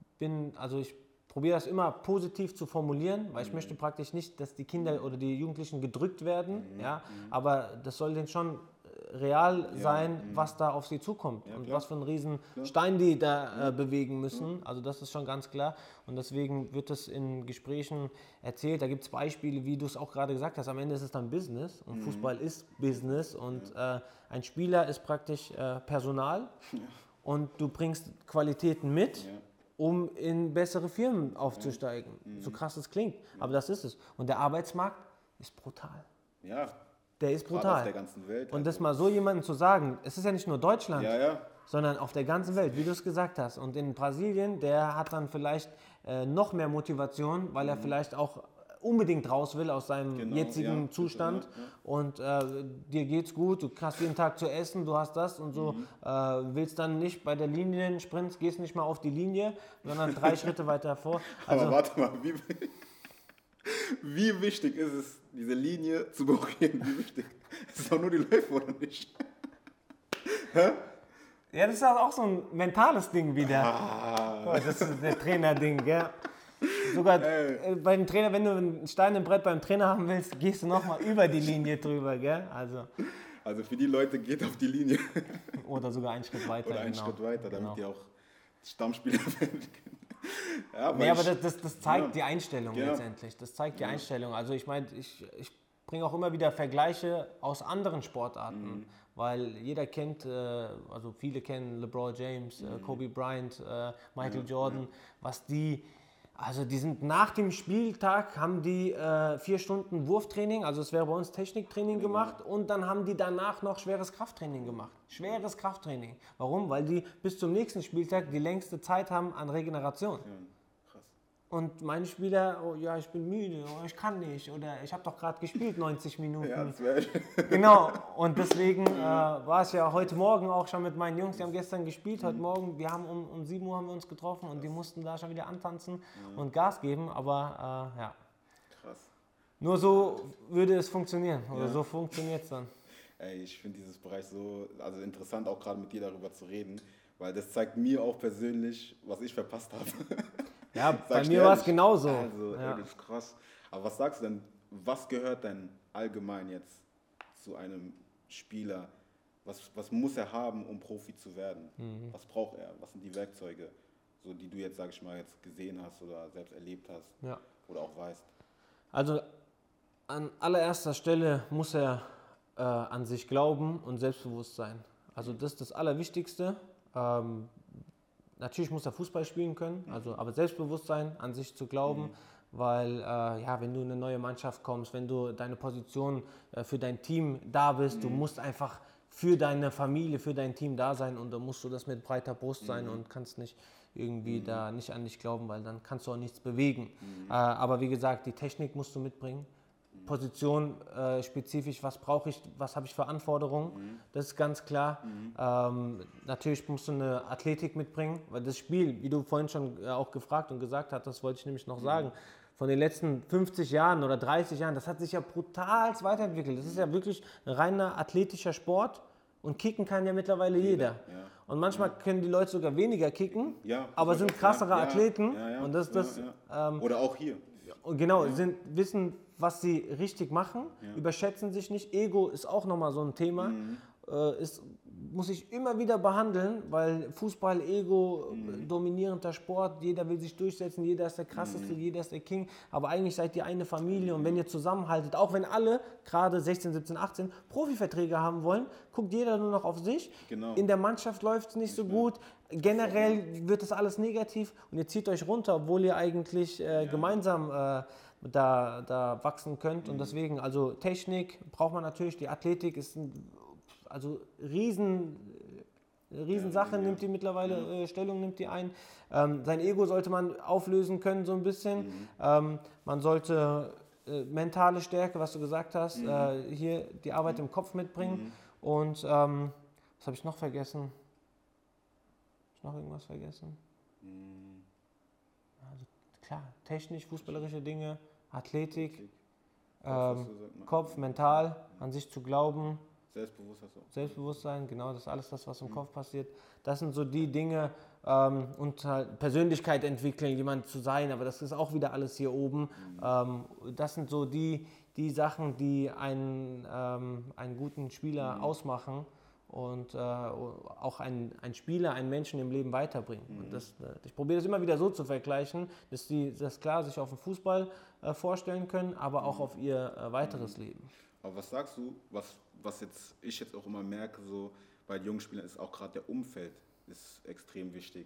probiere das immer positiv zu formulieren, weil ich möchte praktisch nicht, dass die Kinder oder die Jugendlichen gedrückt werden, aber das soll denen schon real sein, was da auf sie zukommt und was für einen riesen Stein die da bewegen müssen. Also das ist schon ganz klar und deswegen wird das in Gesprächen erzählt. Da gibt es Beispiele, wie du es auch gerade gesagt hast, am Ende ist es dann Business und Fußball ist Business und ein Spieler ist praktisch Personal und du bringst Qualitäten mit, um in bessere Firmen aufzusteigen. So krass es klingt, aber das ist es. Und der Arbeitsmarkt ist brutal. Ja. Der ist brutal. Auf der ganzen Welt. Und das mal so jemandem zu sagen, es ist ja nicht nur Deutschland, sondern auf der ganzen Welt, wie du es gesagt hast. Und in Brasilien, der hat dann vielleicht noch mehr Motivation, weil er vielleicht auch unbedingt raus will aus seinem jetzigen Zustand. Und dir geht's gut, du hast jeden Tag zu essen, du hast das und so. Willst dann nicht bei der Liniensprints, gehst nicht mal auf die Linie, sondern 3 Schritte weiter vor. Also, aber warte mal, wie wichtig ist es, diese Linie zu berühren? Wie wichtig? Ist es doch nur die Läufe, oder nicht? Ja, das ist auch so ein mentales Ding wieder. Das ist der Trainer-Ding, gell? Sogar bei dem Trainer, wenn du einen Stein im Brett beim Trainer haben willst, gehst du nochmal über die Linie drüber, gell? Also für die Leute geht auf die Linie. Oder sogar einen Schritt weiter. Oder einen Schritt weiter, damit die auch Stammspieler werden können. Aber das zeigt die Einstellung letztendlich. Das zeigt die Einstellung. Also ich meine, ich bringe auch immer wieder Vergleiche aus anderen Sportarten, weil jeder kennt, also viele kennen LeBron James, Kobe Bryant, Michael Jordan, was die sind nach dem Spieltag, haben die 4 Stunden Wurftraining, also es wäre bei uns Techniktraining gemacht und dann haben die danach noch schweres Krafttraining gemacht. Schweres Krafttraining. Warum? Weil die bis zum nächsten Spieltag die längste Zeit haben an Regeneration. Ja, krass. und meine Spieler, oh ja, ich bin müde, oh, ich kann nicht oder ich habe doch gerade gespielt 90 Minuten. Ja, das wäre Genau, und deswegen war es ja heute Morgen auch schon mit meinen Jungs, die haben gestern gespielt, heute Morgen, wir haben um 7 Uhr haben wir uns getroffen und die mussten da schon wieder antanzen und Gas geben, aber ja. krass. Nur so würde es funktionieren oder so funktioniert es dann. Ey, ich finde dieses Bereich so, also interessant auch gerade mit dir darüber zu reden, weil das zeigt mir auch persönlich, was ich verpasst habe. Ja, bei mir war es genauso. Also, ja. ey, das ist krass. Aber was sagst du denn, was gehört denn allgemein jetzt zu einem Spieler? Was muss er haben, um Profi zu werden? Was braucht er? Was sind die Werkzeuge, so die du jetzt, sag ich mal, jetzt gesehen hast oder selbst erlebt hast oder auch weißt? Also an allererster Stelle muss er an sich glauben und selbstbewusst sein. Also das ist das Allerwichtigste. Natürlich muss er Fußball spielen können, aber Selbstbewusstsein, an sich zu glauben, weil wenn du in eine neue Mannschaft kommst, wenn du deine Position für dein Team da bist, du musst einfach für deine Familie, für dein Team da sein und dann musst du das mit breiter Brust sein und kannst nicht irgendwie da nicht an dich glauben, weil dann kannst du auch nichts bewegen. Aber wie gesagt, die Technik musst du mitbringen. Position spezifisch, was brauche ich, was habe ich für Anforderungen, das ist ganz klar. Natürlich musst du eine Athletik mitbringen, weil das Spiel, wie du vorhin schon auch gefragt und gesagt hast, das wollte ich nämlich noch sagen, von den letzten 50 Jahren oder 30 Jahren, das hat sich ja brutal weiterentwickelt. Das ist ja wirklich ein reiner athletischer Sport und kicken kann ja mittlerweile jeder. Ja. Und manchmal können die Leute sogar weniger kicken, Ja, aber sind krassere Athleten. Und oder auch hier. Genau, wissen, was sie richtig machen, überschätzen sich nicht. Ego ist auch nochmal so ein Thema. Muss ich immer wieder behandeln, weil Fußball, Ego, dominierender Sport, jeder will sich durchsetzen, jeder ist der Krasseste, jeder ist der King, aber eigentlich seid ihr eine Familie und wenn ihr zusammenhaltet, auch wenn alle, gerade 16, 17, 18, Profiverträge haben wollen, guckt jeder nur noch auf sich. Genau. In der Mannschaft läuft es nicht so gut, generell wird das alles negativ und ihr zieht euch runter, obwohl ihr eigentlich gemeinsam da wachsen könnt und deswegen, also Technik braucht man natürlich, die Athletik ist Riesensache, nimmt die mittlerweile, Stellung nimmt die ein. Sein Ego sollte man auflösen können so ein bisschen. Man sollte mentale Stärke, was du gesagt hast, hier die Arbeit im Kopf mitbringen. Und was habe ich noch vergessen? Habe ich noch irgendwas vergessen? Also klar, technisch, fußballerische Dinge, Athletik, Kopf, mental, an sich zu glauben. Selbstbewusstsein, genau, das ist alles das, was im Kopf passiert. Das sind so die Dinge und halt Persönlichkeit entwickeln, jemand zu sein, aber das ist auch wieder alles hier oben. Das sind so die Sachen, die einen guten Spieler ausmachen und auch einen Spieler, einen Menschen im Leben weiterbringen. Und ich probiere das immer wieder so zu vergleichen, dass die das klar sich auf den Fußball vorstellen können, aber auch auf ihr weiteres Leben. Aber was sagst du, was ich jetzt auch immer merke, so bei jungen Spielern ist auch gerade der Umfeld ist extrem wichtig.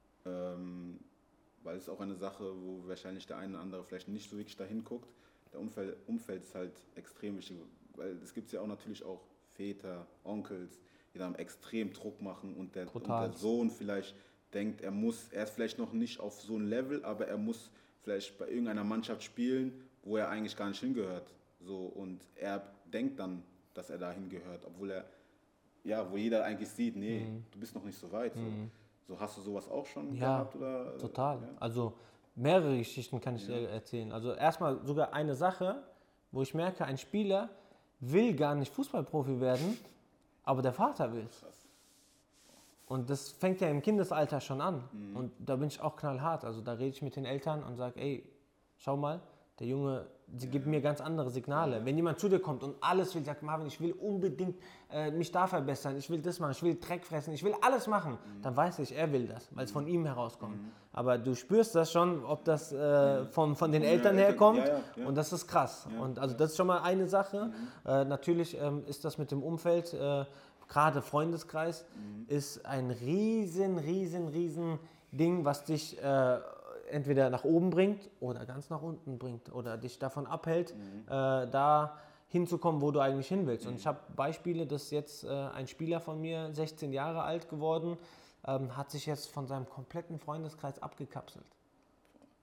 Weil es ist auch eine Sache, wo wahrscheinlich der eine oder andere vielleicht nicht so wirklich dahin guckt. Der Umfeld ist halt extrem wichtig, weil es gibt ja auch natürlich auch Väter, Onkels, die dann extrem Druck machen und der Sohn vielleicht denkt, er ist vielleicht noch nicht auf so ein Level, aber er muss vielleicht bei irgendeiner Mannschaft spielen, wo er eigentlich gar nicht hingehört. So, und er denkt dann, dass er dahin gehört, obwohl wo jeder eigentlich sieht, nee, du bist noch nicht so weit. So, hast du sowas auch schon gehabt? Oder? Total. Ja? Also mehrere Geschichten kann ich dir erzählen. Also erstmal sogar eine Sache, wo ich merke, ein Spieler will gar nicht Fußballprofi werden, aber der Vater will. Krass. Und das fängt ja im Kindesalter schon an. Und da bin ich auch knallhart. Also da rede ich mit den Eltern und sage, ey, schau mal, der Junge, sie gibt mir ganz andere Signale. Wenn jemand zu dir kommt und alles will, sagt Marvin, ich will unbedingt mich da verbessern, ich will das machen, ich will Dreck fressen, ich will alles machen, dann weiß ich, er will das, weil es von ihm herauskommt. Aber du spürst das schon, ob das von den Eltern herkommt und das ist krass. Und also das ist schon mal eine Sache. Natürlich ist das mit dem Umfeld, gerade Freundeskreis, ist ein riesen Ding, was dich entweder nach oben bringt oder ganz nach unten bringt oder dich davon abhält, da hinzukommen, wo du eigentlich hin willst. Und ich habe Beispiele, dass jetzt ein Spieler von mir, 16 Jahre alt geworden, hat sich jetzt von seinem kompletten Freundeskreis abgekapselt.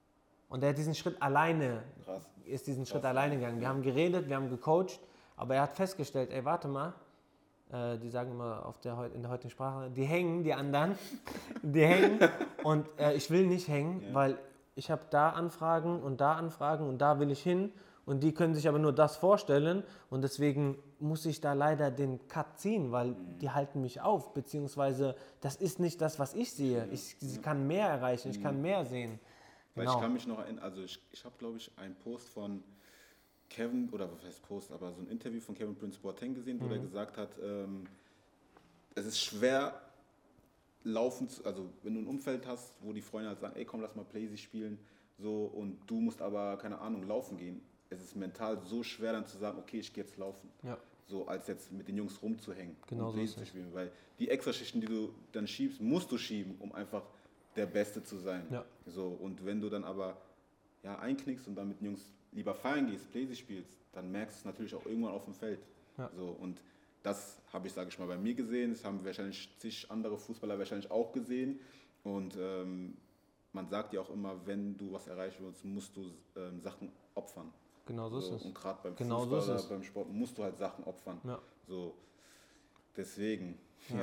Und der hat diesen Schritt alleine, alleine gegangen. Wir haben geredet, wir haben gecoacht, aber er hat festgestellt, ey, warte mal, die sagen immer in der heutigen Sprache, die hängen, die anderen, die hängen und ich will nicht hängen, weil ich habe da Anfragen und da will ich hin und die können sich aber nur das vorstellen und deswegen muss ich da leider den Cut ziehen, weil die halten mich auf, beziehungsweise das ist nicht das, was ich sehe. Ich kann mehr erreichen, ich kann mehr sehen. Weil ich kann mich noch erinnern, also ich habe, glaube ich, einen Post von Kevin, oder was heißt Post, aber so ein Interview von Kevin Prince Boateng gesehen, wo der gesagt hat, es ist schwer laufen, also wenn du ein Umfeld hast, wo die Freunde halt sagen, ey komm, lass mal Playsee spielen, so, und du musst aber, keine Ahnung, laufen gehen. Es ist mental so schwer dann zu sagen, okay, ich gehe jetzt laufen. Ja. So, als jetzt mit den Jungs rumzuhängen und Playsee zu spielen. Weil die Extraschichten, die du dann schiebst, musst du schieben, um einfach der Beste zu sein. Ja. So, und wenn du dann aber einknickst und dann mit den Jungs lieber feiern gehst, Playsee spielst, dann merkst du es natürlich auch irgendwann auf dem Feld. Ja. So, und das habe ich, sage ich mal, bei mir gesehen. Das haben wahrscheinlich zig andere Fußballer wahrscheinlich auch gesehen. Und man sagt ja auch immer, wenn du was erreichen willst, musst du Sachen opfern. Genau so ist es. Und gerade beim Fußball oder beim Sport musst du halt Sachen opfern. Ja. So, deswegen,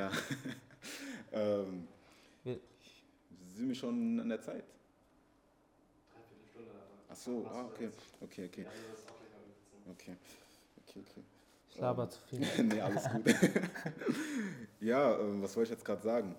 sind wir schon an der Zeit? 3/4 Stunde. Ach so, okay. Okay. Ich laber zu viel. Nee, alles gut. Ja, was wollte ich jetzt gerade sagen?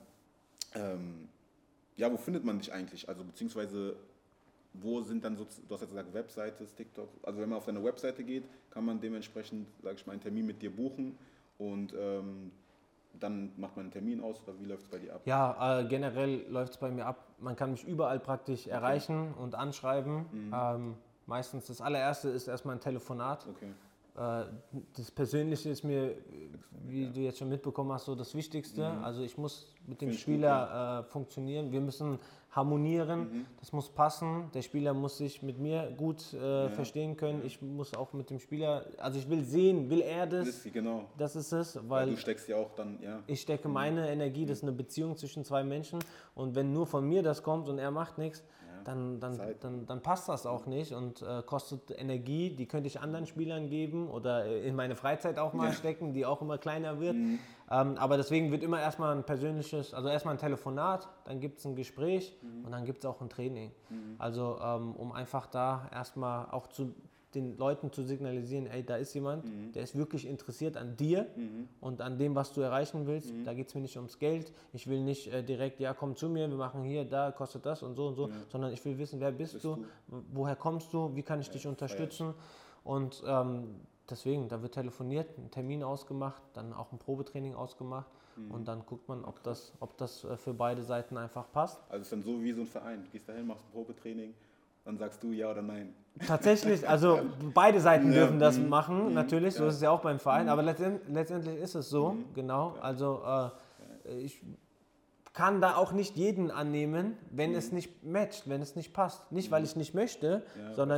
Wo findet man dich eigentlich? Also beziehungsweise, wo sind dann so, du hast jetzt gesagt, Webseite, TikTok. Also wenn man auf deine Webseite geht, kann man dementsprechend, sage ich mal, einen Termin mit dir buchen und dann macht man einen Termin aus, oder wie läuft es bei dir ab? Ja, generell läuft es bei mir ab. Man kann mich überall praktisch erreichen und anschreiben. Meistens das allererste ist erstmal ein Telefonat. Okay. Das Persönliche ist mir, wie du jetzt schon mitbekommen hast, so das Wichtigste. Also ich muss mit dem Spieler funktionieren. Wir müssen harmonieren. Das muss passen. Der Spieler muss sich mit mir gut verstehen können. Ich muss auch mit dem Spieler, also ich will sehen, will er das? Genau. Das ist es. Weil du steckst ja auch dann, ich stecke meine Energie, das ist eine Beziehung zwischen zwei Menschen. Und wenn nur von mir das kommt und er macht nichts, dann passt das auch nicht und kostet Energie, die könnte ich anderen Spielern geben oder in meine Freizeit auch mal stecken, die auch immer kleiner wird. Aber deswegen wird immer erstmal ein persönliches, also erstmal ein Telefonat, dann gibt es ein Gespräch und dann gibt es auch ein Training. Also um einfach da erstmal auch zu den Leuten zu signalisieren, ey, da ist jemand, der ist wirklich interessiert an dir und an dem, was du erreichen willst. Da geht es mir nicht ums Geld. Ich will nicht direkt, komm zu mir, wir machen hier, da kostet das und so, sondern ich will wissen, wer bist du, woher kommst du, wie kann ich dich unterstützen. Und deswegen, da wird telefoniert, ein Termin ausgemacht, dann auch ein Probetraining ausgemacht und dann guckt man, ob das für beide Seiten einfach passt. Also es ist dann so wie so ein Verein. Du gehst dahin, machst ein Probetraining, dann sagst du ja oder nein. Tatsächlich, also beide Seiten dürfen das machen, natürlich, so ist es ja auch beim Verein, aber letztendlich ist es so, genau. Also ich kann da auch nicht jeden annehmen, wenn es nicht matcht, wenn es nicht passt. Nicht, weil ich nicht möchte, sondern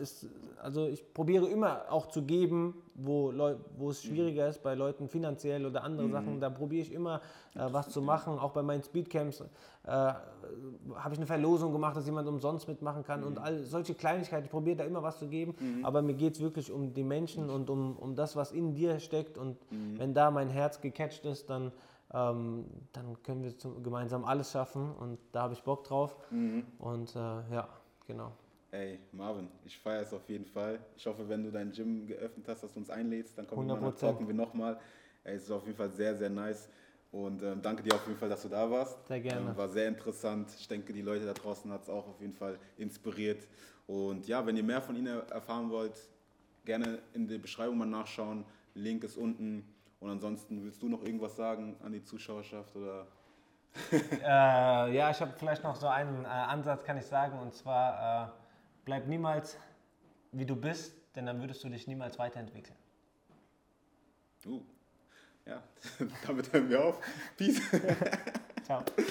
ich probiere immer auch zu geben, wo es schwieriger ist, bei Leuten finanziell oder andere Sachen, da probiere ich immer was zu machen. Auch bei meinen Speedcamps habe ich eine Verlosung gemacht, dass jemand umsonst mitmachen kann und all solche Kleinigkeiten. Ich probiere da immer was zu geben, aber mir geht es wirklich um die Menschen und um das, was in dir steckt, und wenn da mein Herz gecatcht ist, dann können wir gemeinsam alles schaffen, und da habe ich Bock drauf. Und genau. Ey, Marvin, ich feiere es auf jeden Fall. Ich hoffe, wenn du dein Gym geöffnet hast, dass du uns einlädst, dann kommen wir mal, talken wir nochmal. Es ist auf jeden Fall sehr, sehr nice. Und danke dir auf jeden Fall, dass du da warst. Sehr gerne. War sehr interessant. Ich denke, die Leute da draußen hat es auch auf jeden Fall inspiriert. Und ja, wenn ihr mehr von ihnen erfahren wollt, gerne in der Beschreibung mal nachschauen. Link ist unten. Und ansonsten, willst du noch irgendwas sagen an die Zuschauerschaft? Oder? Ich habe vielleicht noch so einen Ansatz, kann ich sagen. Und zwar, bleib niemals wie du bist, denn dann würdest du dich niemals weiterentwickeln. Ja, damit hören wir auf. Peace. Ciao.